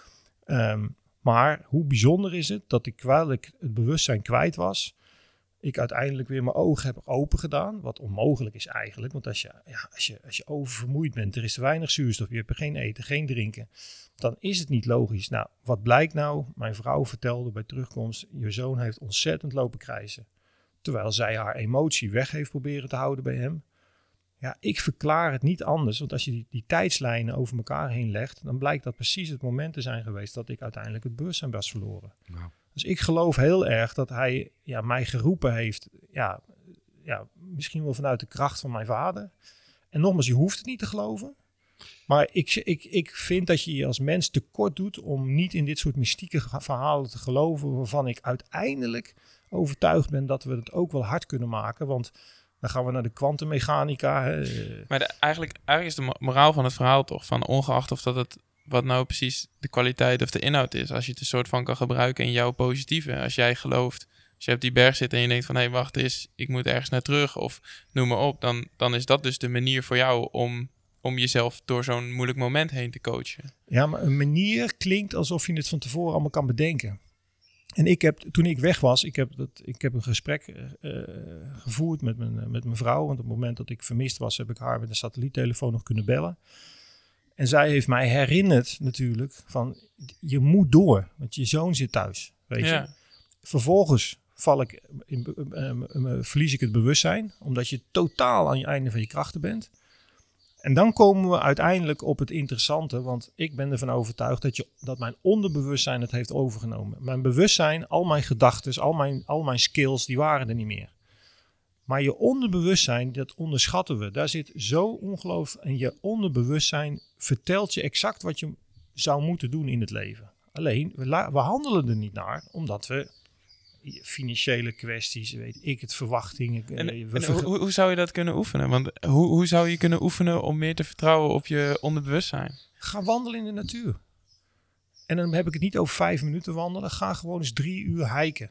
Um, maar hoe bijzonder is het dat ik, terwijl ik het bewustzijn kwijt was... ik uiteindelijk weer mijn ogen heb open gedaan. Wat onmogelijk is eigenlijk. Want als je, ja, als je, als je oververmoeid bent, er is te weinig zuurstof, je hebt geen eten, geen drinken. Dan is het niet logisch. Nou, wat blijkt nou? Mijn vrouw vertelde bij terugkomst, je zoon heeft ontzettend lopen krijsen. Terwijl zij haar emotie weg heeft proberen te houden bij hem. Ja, ik verklaar het niet anders. Want als je die, die tijdslijnen over elkaar heen legt, dan blijkt dat precies het moment te zijn geweest dat ik uiteindelijk het bewustzijn was verloren. Wow. Dus ik geloof heel erg dat hij ja, mij geroepen heeft, ja, ja, misschien wel vanuit de kracht van mijn vader. En nogmaals, je hoeft het niet te geloven. Maar ik, ik, ik vind dat je je als mens tekort doet om niet in dit soort mystieke verhalen te geloven, waarvan ik uiteindelijk overtuigd ben dat we het ook wel hard kunnen maken. Want dan gaan we naar de kwantummechanica. Maar de, eigenlijk, eigenlijk is de moraal van het verhaal toch, van ongeacht of dat het wat nou precies de kwaliteit of de inhoud is. Als je het een soort van kan gebruiken in jouw positieve. Als jij gelooft, als je op die berg zit en je denkt van hé, hey, wacht eens, ik moet ergens naar terug of noem maar op. Dan, dan is dat dus de manier voor jou om, om jezelf door zo'n moeilijk moment heen te coachen. Ja, maar een manier klinkt alsof je het van tevoren allemaal kan bedenken. En ik heb, toen ik weg was, ik heb, dat, ik heb een gesprek uh, gevoerd met mijn, met mijn vrouw. Want op het moment dat ik vermist was, heb ik haar met een satelliettelefoon nog kunnen bellen. En zij heeft mij herinnerd natuurlijk van, je moet door, want je zoon zit thuis, weet je. Ja. Vervolgens val ik in, uh, uh, verlies ik het bewustzijn, omdat je totaal aan je einde van je krachten bent. En dan komen we uiteindelijk op het interessante, want ik ben ervan overtuigd dat, je, dat mijn onderbewustzijn het heeft overgenomen. Mijn bewustzijn, al mijn gedachten, al mijn, al mijn skills, die waren er niet meer. Maar je onderbewustzijn, dat onderschatten we. Daar zit zo ongelooflijk. En je onderbewustzijn vertelt je exact wat je zou moeten doen in het leven. Alleen, we, la- we handelen er niet naar, omdat we financiële kwesties, weet ik het, verwachtingen. En, we en ver- hoe, hoe zou je dat kunnen oefenen? Want hoe, hoe zou je kunnen oefenen om meer te vertrouwen op je onderbewustzijn? Ga wandelen in de natuur. En dan heb ik het niet over vijf minuten wandelen. Ga gewoon eens drie uur hiken.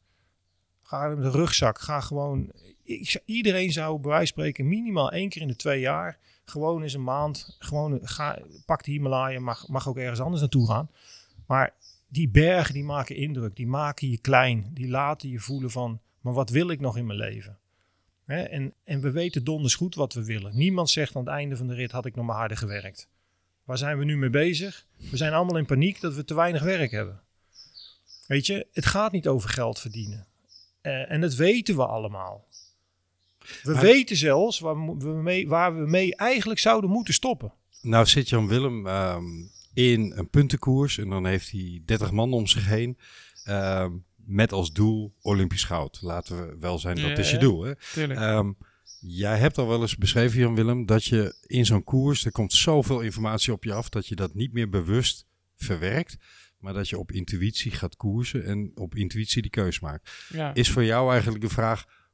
Ga met een rugzak. Ga gewoon. Ik, iedereen zou bij wijze van spreken minimaal één keer in de twee jaar. Gewoon eens een maand. Gewoon ga, pak de Himalaya. Mag, mag ook ergens anders naartoe gaan. Maar die bergen die maken indruk. Die maken je klein. Die laten je voelen van. Maar wat wil ik nog in mijn leven? Hè? En, en we weten donders goed wat we willen. Niemand zegt aan het einde van de rit had ik nog maar harder gewerkt. Waar zijn we nu mee bezig? We zijn allemaal in paniek dat we te weinig werk hebben. Weet je, het gaat niet over geld verdienen. Uh, en dat weten we allemaal. We maar, weten zelfs waar we, mee, waar we mee eigenlijk zouden moeten stoppen. Nou zit Jan Willem um, in een puntenkoers en dan heeft hij dertig man om zich heen. Um, met als doel Olympisch goud. Laten we wel zijn, dat ja, is je doel. Hè? Um, jij hebt al wel eens beschreven, Jan Willem, dat je in zo'n koers, er komt zoveel informatie op je af, dat je dat niet meer bewust verwerkt. Maar dat je op intuïtie gaat koersen en op intuïtie die keus maakt. Ja. Is voor jou eigenlijk de vraag,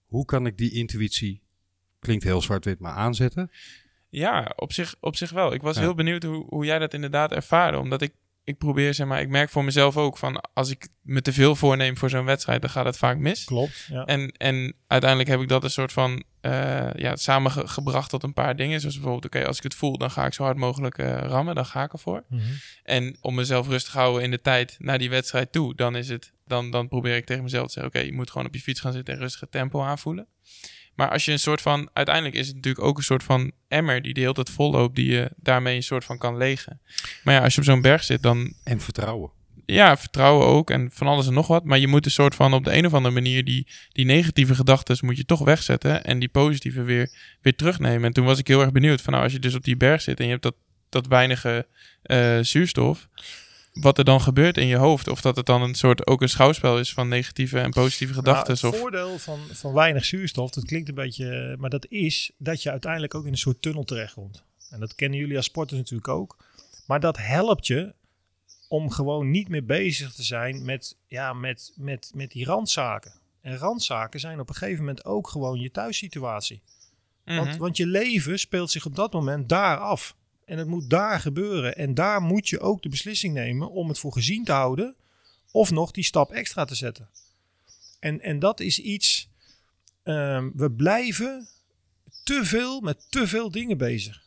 Hoe kan ik die intuïtie, klinkt heel zwart-wit, maar aanzetten? Ja, op zich, op zich wel. Ik was Ja. heel benieuwd hoe, hoe jij dat inderdaad ervaarde. Omdat ik, ik probeer, zeg maar, ik merk voor mezelf ook van als ik me te veel voorneem voor zo'n wedstrijd, dan gaat het vaak mis. Klopt, ja. En, en uiteindelijk heb ik dat een soort van uh, ja, samengebracht tot een paar dingen. Zoals bijvoorbeeld, oké, okay, als ik het voel, dan ga ik zo hard mogelijk uh, rammen. Dan ga ik ervoor. Mm-hmm. En om mezelf rustig te houden in de tijd naar die wedstrijd toe, dan is het, dan, dan probeer ik tegen mezelf te zeggen, oké, okay, je moet gewoon op je fiets gaan zitten en rustig het tempo aanvoelen. Maar als je een soort van, uiteindelijk is het natuurlijk ook een soort van emmer die de hele tijd vol loopt, die je daarmee een soort van kan legen. Maar ja, als je op zo'n berg zit, dan... En vertrouwen. Ja, vertrouwen ook en van alles en nog wat. Maar je moet een soort van op de een of andere manier die, die negatieve gedachten moet je toch wegzetten en die positieve weer, weer terugnemen. En toen was ik heel erg benieuwd van nou, als je dus op die berg zit en je hebt dat, dat weinige uh, zuurstof, wat er dan gebeurt in je hoofd. Of dat het dan een soort ook een schouwspel is van negatieve en positieve gedachten. Nou, het of... voordeel van, van weinig zuurstof, dat klinkt een beetje, maar dat is dat je uiteindelijk ook in een soort tunnel terechtkomt. En dat kennen jullie als sporters natuurlijk ook. Maar dat helpt je om gewoon niet meer bezig te zijn met, ja, met, met, met die randzaken. En randzaken zijn op een gegeven moment ook gewoon je thuissituatie. Mm-hmm. Want, want je leven speelt zich op dat moment daar af. En het moet daar gebeuren. En daar moet je ook de beslissing nemen om het voor gezien te houden. Of nog die stap extra te zetten. En, en dat is iets... Um, we blijven te veel met te veel dingen bezig.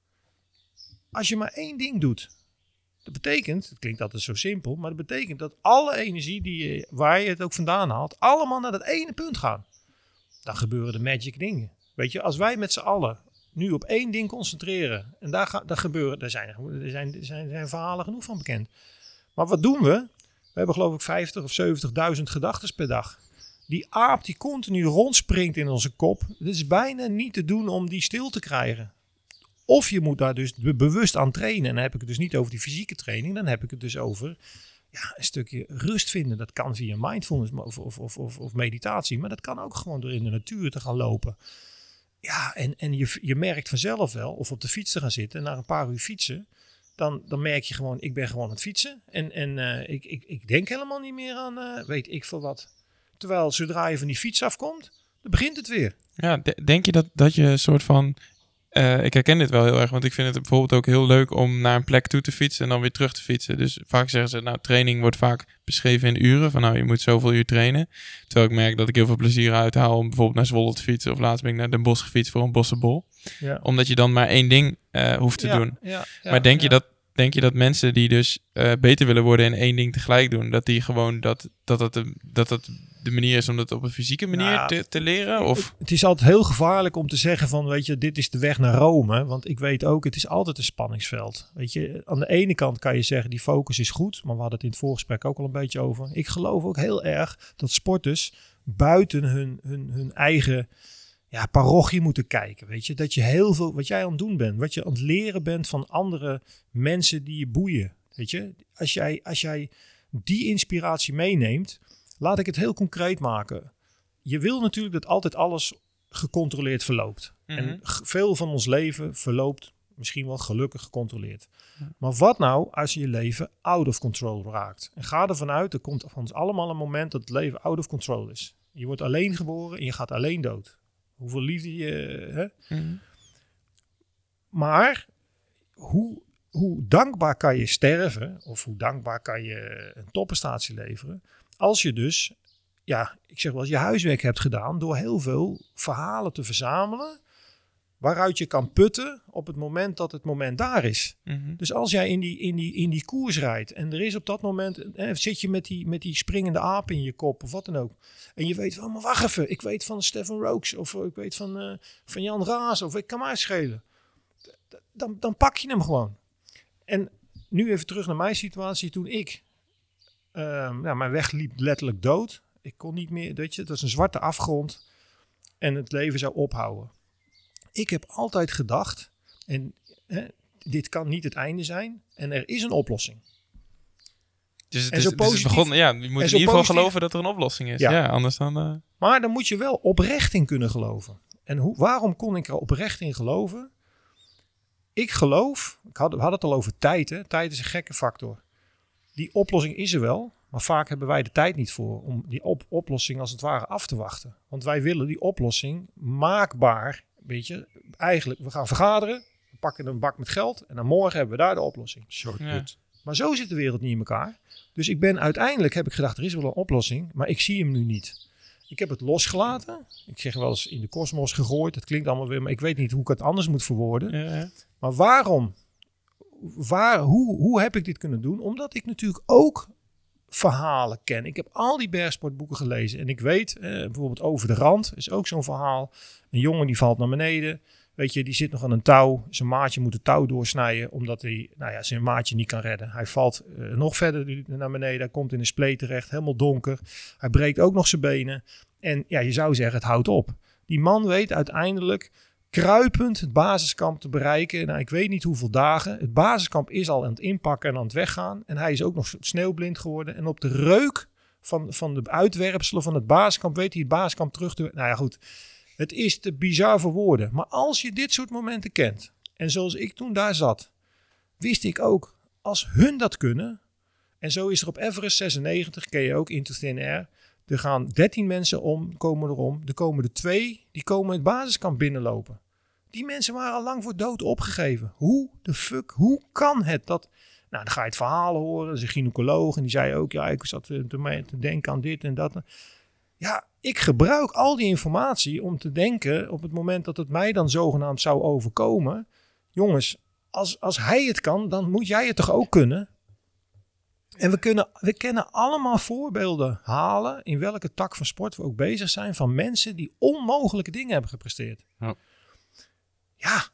Als je maar één ding doet. Dat betekent, het klinkt altijd zo simpel. Maar dat betekent dat alle energie die je, waar je het ook vandaan haalt. Allemaal naar dat ene punt gaan. Dan gebeuren de magic dingen. Weet je, als wij met z'n allen... nu op één ding concentreren. En daar, ga, daar gebeuren, daar zijn, er zijn, er zijn, er zijn verhalen genoeg van bekend. Maar wat doen we? We hebben geloof ik vijftig of zeventigduizend gedachten per dag. Die aap die continu rondspringt in onze kop. Het is bijna niet te doen om die stil te krijgen. Of je moet daar dus bewust aan trainen. En dan heb ik het dus niet over die fysieke training. Dan heb ik het dus over ja, een stukje rust vinden. Dat kan via mindfulness of, of, of, of, of meditatie. Maar dat kan ook gewoon door in de natuur te gaan lopen. Ja, en, en je, je merkt vanzelf wel, of op de fiets te gaan zitten en na een paar uur fietsen, dan, dan merk je gewoon, ik ben gewoon aan het fietsen. En, en uh, ik, ik, ik denk helemaal niet meer aan, uh, weet ik veel wat. Terwijl zodra je van die fiets afkomt, dan begint het weer. Ja, de, denk je dat, dat je een soort van... Uh, ik herken dit wel heel erg, want ik vind het bijvoorbeeld ook heel leuk om naar een plek toe te fietsen en dan weer terug te fietsen. Dus vaak zeggen ze, nou, training wordt vaak beschreven in uren. Van nou, je moet zoveel uur trainen. Terwijl ik merk dat ik heel veel plezier uithaal om bijvoorbeeld naar Zwolle te fietsen. Of laatst ben ik naar Den Bosch gefietst voor een bossenbol. Ja. Omdat je dan maar één ding uh, hoeft te ja, doen. Ja, ja, maar denk, ja. je dat, denk je dat mensen die dus uh, beter willen worden in één ding tegelijk doen, dat die gewoon dat dat, dat, de, dat, dat de manier is om dat op een fysieke manier nou, te, te leren? Of? Het, het is altijd heel gevaarlijk om te zeggen van, weet je, dit is de weg naar Rome. Want ik weet ook, het is altijd een spanningsveld. Weet je, aan de ene kant kan je zeggen, die focus is goed. Maar we hadden het in het voorgesprek ook al een beetje over. Ik geloof ook heel erg dat sporters buiten hun, hun, hun eigen ja, parochie moeten kijken. Weet je, dat je heel veel, wat jij aan het doen bent, wat je aan het leren bent van andere mensen die je boeien. Weet je, als jij, als jij die inspiratie meeneemt, laat ik het heel concreet maken. Je wil natuurlijk dat altijd alles gecontroleerd verloopt. Mm-hmm. En g- veel van ons leven verloopt misschien wel gelukkig gecontroleerd. Ja. Maar wat nou als je je leven out of control raakt? En ga ervan uit, er komt van ons allemaal een moment dat het leven out of control is. Je wordt alleen geboren en je gaat alleen dood. Hoeveel liefde je... Hè? Mm-hmm. Maar hoe, hoe dankbaar kan je sterven, of hoe dankbaar kan je een topprestatie leveren, als je dus, ja, ik zeg wel eens, je huiswerk hebt gedaan door heel veel verhalen te verzamelen, waaruit je kan putten op het moment dat het moment daar is. Mm-hmm. Dus als jij in die, in, die, in die koers rijdt en er is op dat moment, eh, zit je met die, met die springende aap in je kop of wat dan ook. En je weet van, maar wacht even, ik weet van Stefan Rooks of ik weet van, uh, van Jan Raas of ik kan mij schelen. Dan, dan pak je hem gewoon. En nu even terug naar mijn situatie toen ik, uh, nou, mijn weg liep letterlijk dood. Ik kon niet meer, weet je, het was een zwarte afgrond en het leven zou ophouden. Ik heb altijd gedacht, en hè, dit kan niet het einde zijn en er is een oplossing. Dus het, is, het is begonnen, ja, je moet in ieder geval positief geloven dat er een oplossing is. Ja, ja anders dan... Uh... Maar dan moet je wel oprecht in kunnen geloven. En hoe, waarom kon ik er oprecht in geloven? Ik geloof, ik had, we hadden het al over tijd, hè? Tijd is een gekke factor. Die oplossing is er wel, Maar vaak hebben wij de tijd niet voor om die op- oplossing als het ware af te wachten. Want wij willen die oplossing maakbaar, weet je, eigenlijk, we gaan vergaderen, we pakken een bak met geld en dan morgen hebben we daar de oplossing. Shortcut. Ja. Maar zo zit de wereld niet in elkaar. Dus ik ben uiteindelijk, heb ik gedacht, er is wel een oplossing, maar ik zie hem nu niet. Ik heb het losgelaten. Ik zeg wel eens in de kosmos gegooid. Dat klinkt allemaal weer, maar ik weet niet hoe ik het anders moet verwoorden. Ja, ja. Maar waarom? Waar, hoe, hoe heb ik dit kunnen doen? Omdat ik natuurlijk ook verhalen ken. Ik heb al die bergsportboeken gelezen. En ik weet, eh, bijvoorbeeld Over de Rand is ook zo'n verhaal. Een jongen die valt naar beneden. Weet je, die zit nog aan een touw. Zijn maatje moet het touw doorsnijden. Omdat hij nou ja, zijn maatje niet kan redden. Hij valt uh, nog verder naar beneden. Hij komt in een spleet terecht. Helemaal donker. Hij breekt ook nog zijn benen. En ja, je zou zeggen, het houdt op. Die man weet uiteindelijk kruipend het basiskamp te bereiken. Nou, ik weet niet hoeveel dagen. Het basiskamp is al aan het inpakken en aan het weggaan. En hij is ook nog sneeuwblind geworden. En op de reuk van, van de uitwerpselen van het basiskamp weet hij het basiskamp terug te... Nou ja, goed. Het is te bizar voor woorden. Maar als je dit soort momenten kent. En zoals ik toen daar zat. Wist ik ook. Als hun dat kunnen. En zo is er op Everest zesennegentig. Ken je ook Into Thin Air. Er gaan dertien mensen om. Komen erom. Er komen er twee. Die komen het basiskamp binnenlopen. Die mensen waren al lang voor dood opgegeven. Hoe de fuck. Hoe kan het dat... Nou, dan ga je het verhaal horen. Dat is een gynaecoloog. En die zei ook. Ja, ik zat te, te denken aan dit en dat. Ja, ik gebruik al die informatie om te denken op het moment dat het mij dan zogenaamd zou overkomen. Jongens, als, als hij het kan, dan moet jij het toch ook kunnen? En we, kunnen, we kennen allemaal voorbeelden halen in welke tak van sport we ook bezig zijn van mensen die onmogelijke dingen hebben gepresteerd. Ja, ja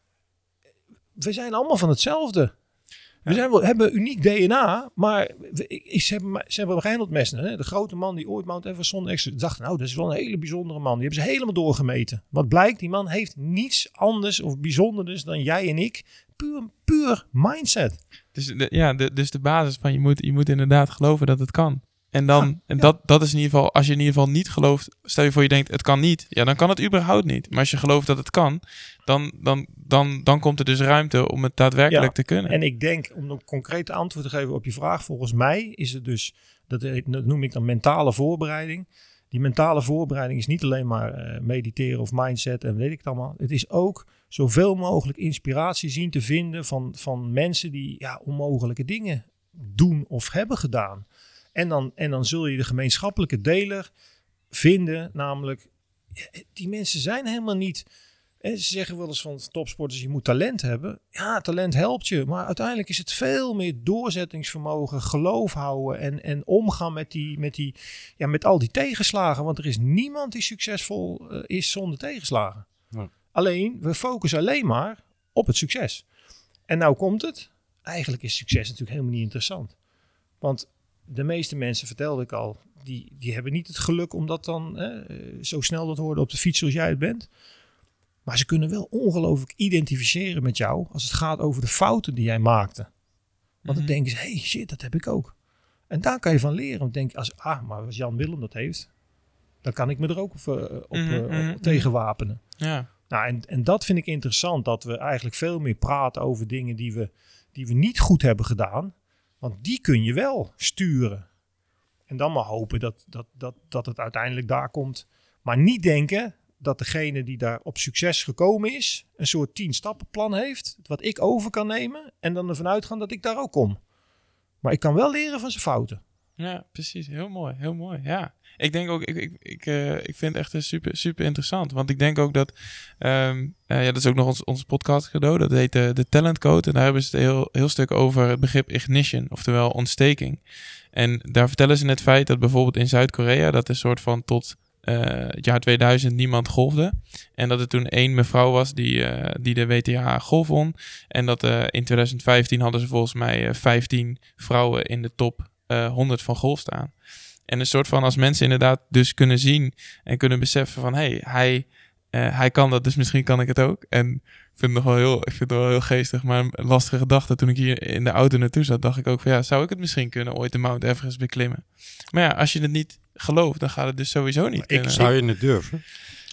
we zijn allemaal van hetzelfde. We zijn wel, hebben uniek D N A, maar we, ik, ze hebben, ze hebben Reinhold Messner, hè, de grote man die ooit Mount Everest zonder extra, dachten, nou, dat is wel een hele bijzondere man. Die hebben ze helemaal doorgemeten. Wat blijkt, die man heeft niets anders of bijzonders dan jij en ik. Puur, puur mindset. Dus de, ja, de, dus de basis van je moet, je moet inderdaad geloven dat het kan. En dan, ja, en ja. dat, dat is in ieder geval, als je in ieder geval niet gelooft, stel je voor je denkt, het kan niet. Ja, dan kan het überhaupt niet. Maar als je gelooft dat het kan, dan, dan, dan, dan komt er dus ruimte om het daadwerkelijk Ja, te kunnen. En ik denk, om een concreet antwoord te geven op je vraag, volgens mij is het dus, dat, dat noem ik dan mentale voorbereiding. Die mentale voorbereiding is niet alleen maar uh, mediteren of mindset en weet ik het allemaal. Het is ook zoveel mogelijk inspiratie zien te vinden van, van mensen die ja, onmogelijke dingen doen of hebben gedaan. En dan, en dan zul je de gemeenschappelijke deler vinden, namelijk, die mensen zijn helemaal niet... Ze zeggen wel eens van topsporters, je moet talent hebben. Ja, talent helpt je, maar uiteindelijk is het veel meer doorzettingsvermogen, geloof houden en, en omgaan met, die, met, die, ja, met al die tegenslagen. Want er is niemand die succesvol uh, is zonder tegenslagen. Ja. Alleen, we focussen alleen maar op het succes. En nou komt het. Eigenlijk is succes natuurlijk helemaal niet interessant. Want de meeste mensen, vertelde ik al, die, die hebben niet het geluk om dat dan eh, zo snel dat horen op de fiets zoals jij het bent. Maar ze kunnen wel ongelooflijk identificeren met jou als het gaat over de fouten die jij maakte. Want dan Mm-hmm. denken ze, hey shit, dat heb ik ook. En daar kan je van leren. Want denk je, als, ah, maar als Jan Willem dat heeft, dan kan ik me er ook op, uh, op, uh, Mm-hmm. op tegenwapenen. Ja. Nou, en, en dat vind ik interessant, dat we eigenlijk veel meer praten over dingen die we, die we niet goed hebben gedaan. Want die kun je wel sturen. En dan maar hopen dat, dat, dat, dat het uiteindelijk daar komt. Maar niet denken dat degene die daar op succes gekomen is, een soort tien stappenplan heeft, wat ik over kan nemen en dan ervan uitgaan dat ik daar ook kom. Maar ik kan wel leren van zijn fouten. Ja, precies. Heel mooi. Heel mooi. Ja. Ik denk ook, ik, ik, ik, uh, ik vind het echt een super, super interessant. Want ik denk ook dat, um, uh, ja, dat is ook nog ons, ons podcast cadeau. Dat heet uh, de Talent Code. En daar hebben ze het heel, heel stuk over het begrip ignition, oftewel ontsteking. En daar vertellen ze het feit dat bijvoorbeeld in Zuid-Korea, dat een soort van tot uh, het jaar tweeduizend niemand golfde. En dat er toen één mevrouw was die, uh, die de W T H golf won. En dat uh, in twintig vijftien hadden ze volgens mij uh, vijftien vrouwen in de top Uh, honderd van golf staan. En een soort van, als mensen inderdaad dus kunnen zien en kunnen beseffen van, hé, hey, hij, uh, hij kan dat, dus misschien kan ik het ook. En ik vind het nog wel heel, ik vind het wel heel geestig, maar een lastige gedachte. Toen ik hier in de auto naartoe zat, dacht ik ook van, ja, zou ik het misschien kunnen, ooit de Mount Everest beklimmen? Maar ja, als je het niet gelooft, dan gaat het dus sowieso niet ik kunnen. Zou je het durven?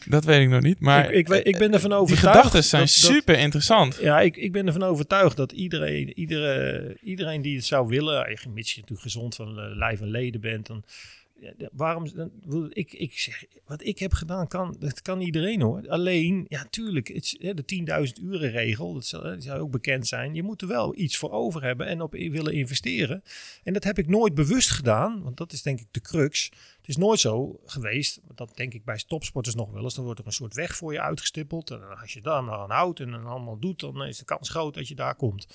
Dat weet ik nog niet. Maar ik, ik, ik ben ervan die overtuigd. gedachten zijn dat, dat, super interessant. Ja, ik, ik ben ervan overtuigd dat iedereen, iedere, iedereen die het zou willen, mits je natuurlijk gezond van uh, lijf en leden bent, dan, ja, waarom, dan, ik, ik zeg, wat ik heb gedaan, kan, dat kan iedereen hoor. Alleen, ja tuurlijk, het, de tienduizend uren regel, dat zou, dat zou ook bekend zijn. Je moet er wel iets voor over hebben en op willen investeren. En dat heb ik nooit bewust gedaan, want dat is denk ik de crux. Het is nooit zo geweest, dat denk ik bij topsporters nog wel eens, dan wordt er een soort weg voor je uitgestippeld. En als je daar maar aan houdt en dan allemaal doet, dan is de kans groot dat je daar komt.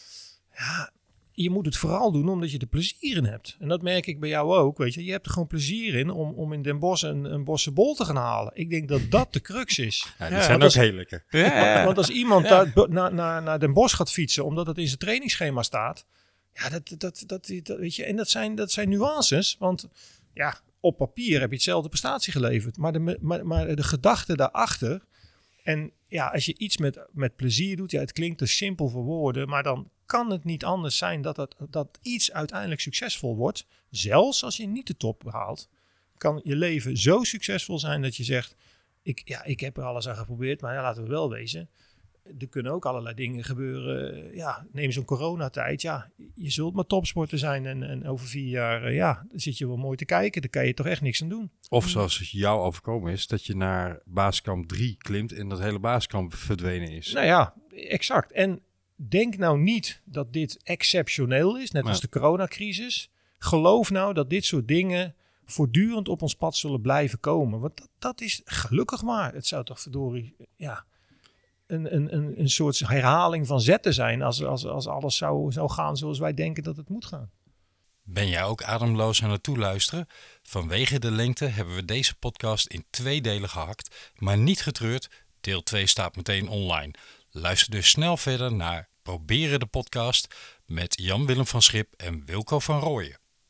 Ja, je moet het vooral doen omdat je er plezier in hebt. En dat merk ik bij jou ook, weet je. Je hebt er gewoon plezier in om, om in Den Bosch een, een Bosse bol te gaan halen. Ik denk dat dat de crux is. Ja, die Ja, zijn ook als, heel lekker. Ja, ja. Want als iemand Ja. daar naar, naar, naar Den Bosch gaat fietsen, omdat het in zijn trainingsschema staat. Ja, dat, dat, dat, dat weet je. En dat zijn, dat zijn nuances, want ja, op papier heb je hetzelfde prestatie geleverd. Maar de, maar, maar de gedachte daarachter. En ja, als je iets met, met plezier doet, ja, het klinkt te simpel voor woorden, maar dan kan het niet anders zijn dat, het, dat iets uiteindelijk succesvol wordt. Zelfs als je niet de top behaalt, kan je leven zo succesvol zijn dat je zegt, ik, ja, ik heb er alles aan geprobeerd, maar ja, laten we wel wezen. Er kunnen ook allerlei dingen gebeuren. Ja, neem zo'n coronatijd. Ja, je zult maar topsporter zijn en, en over vier jaar, uh, ja, dan zit je wel mooi te kijken. Daar kan je toch echt niks aan doen. Of zoals het jou overkomen is, dat je naar basiskamp drie klimt en dat hele basiskamp verdwenen is. Nou ja, exact. En denk nou niet dat dit exceptioneel is, net Maar, als de coronacrisis. Geloof nou dat dit soort dingen voortdurend op ons pad zullen blijven komen. Want dat, dat is gelukkig maar. Het zou toch verdorie, ja, een, een, een, een soort herhaling van zetten zijn als, als, als alles zou, zou gaan zoals wij denken dat het moet gaan. Ben jij ook ademloos aan het toeluisteren? Vanwege de lengte hebben we deze podcast in twee delen gehakt, maar niet getreurd. Deel twee staat meteen online. Luister dus snel verder naar Proberen de podcast met Jan-Willem van Schip en Wilco van Rooyen.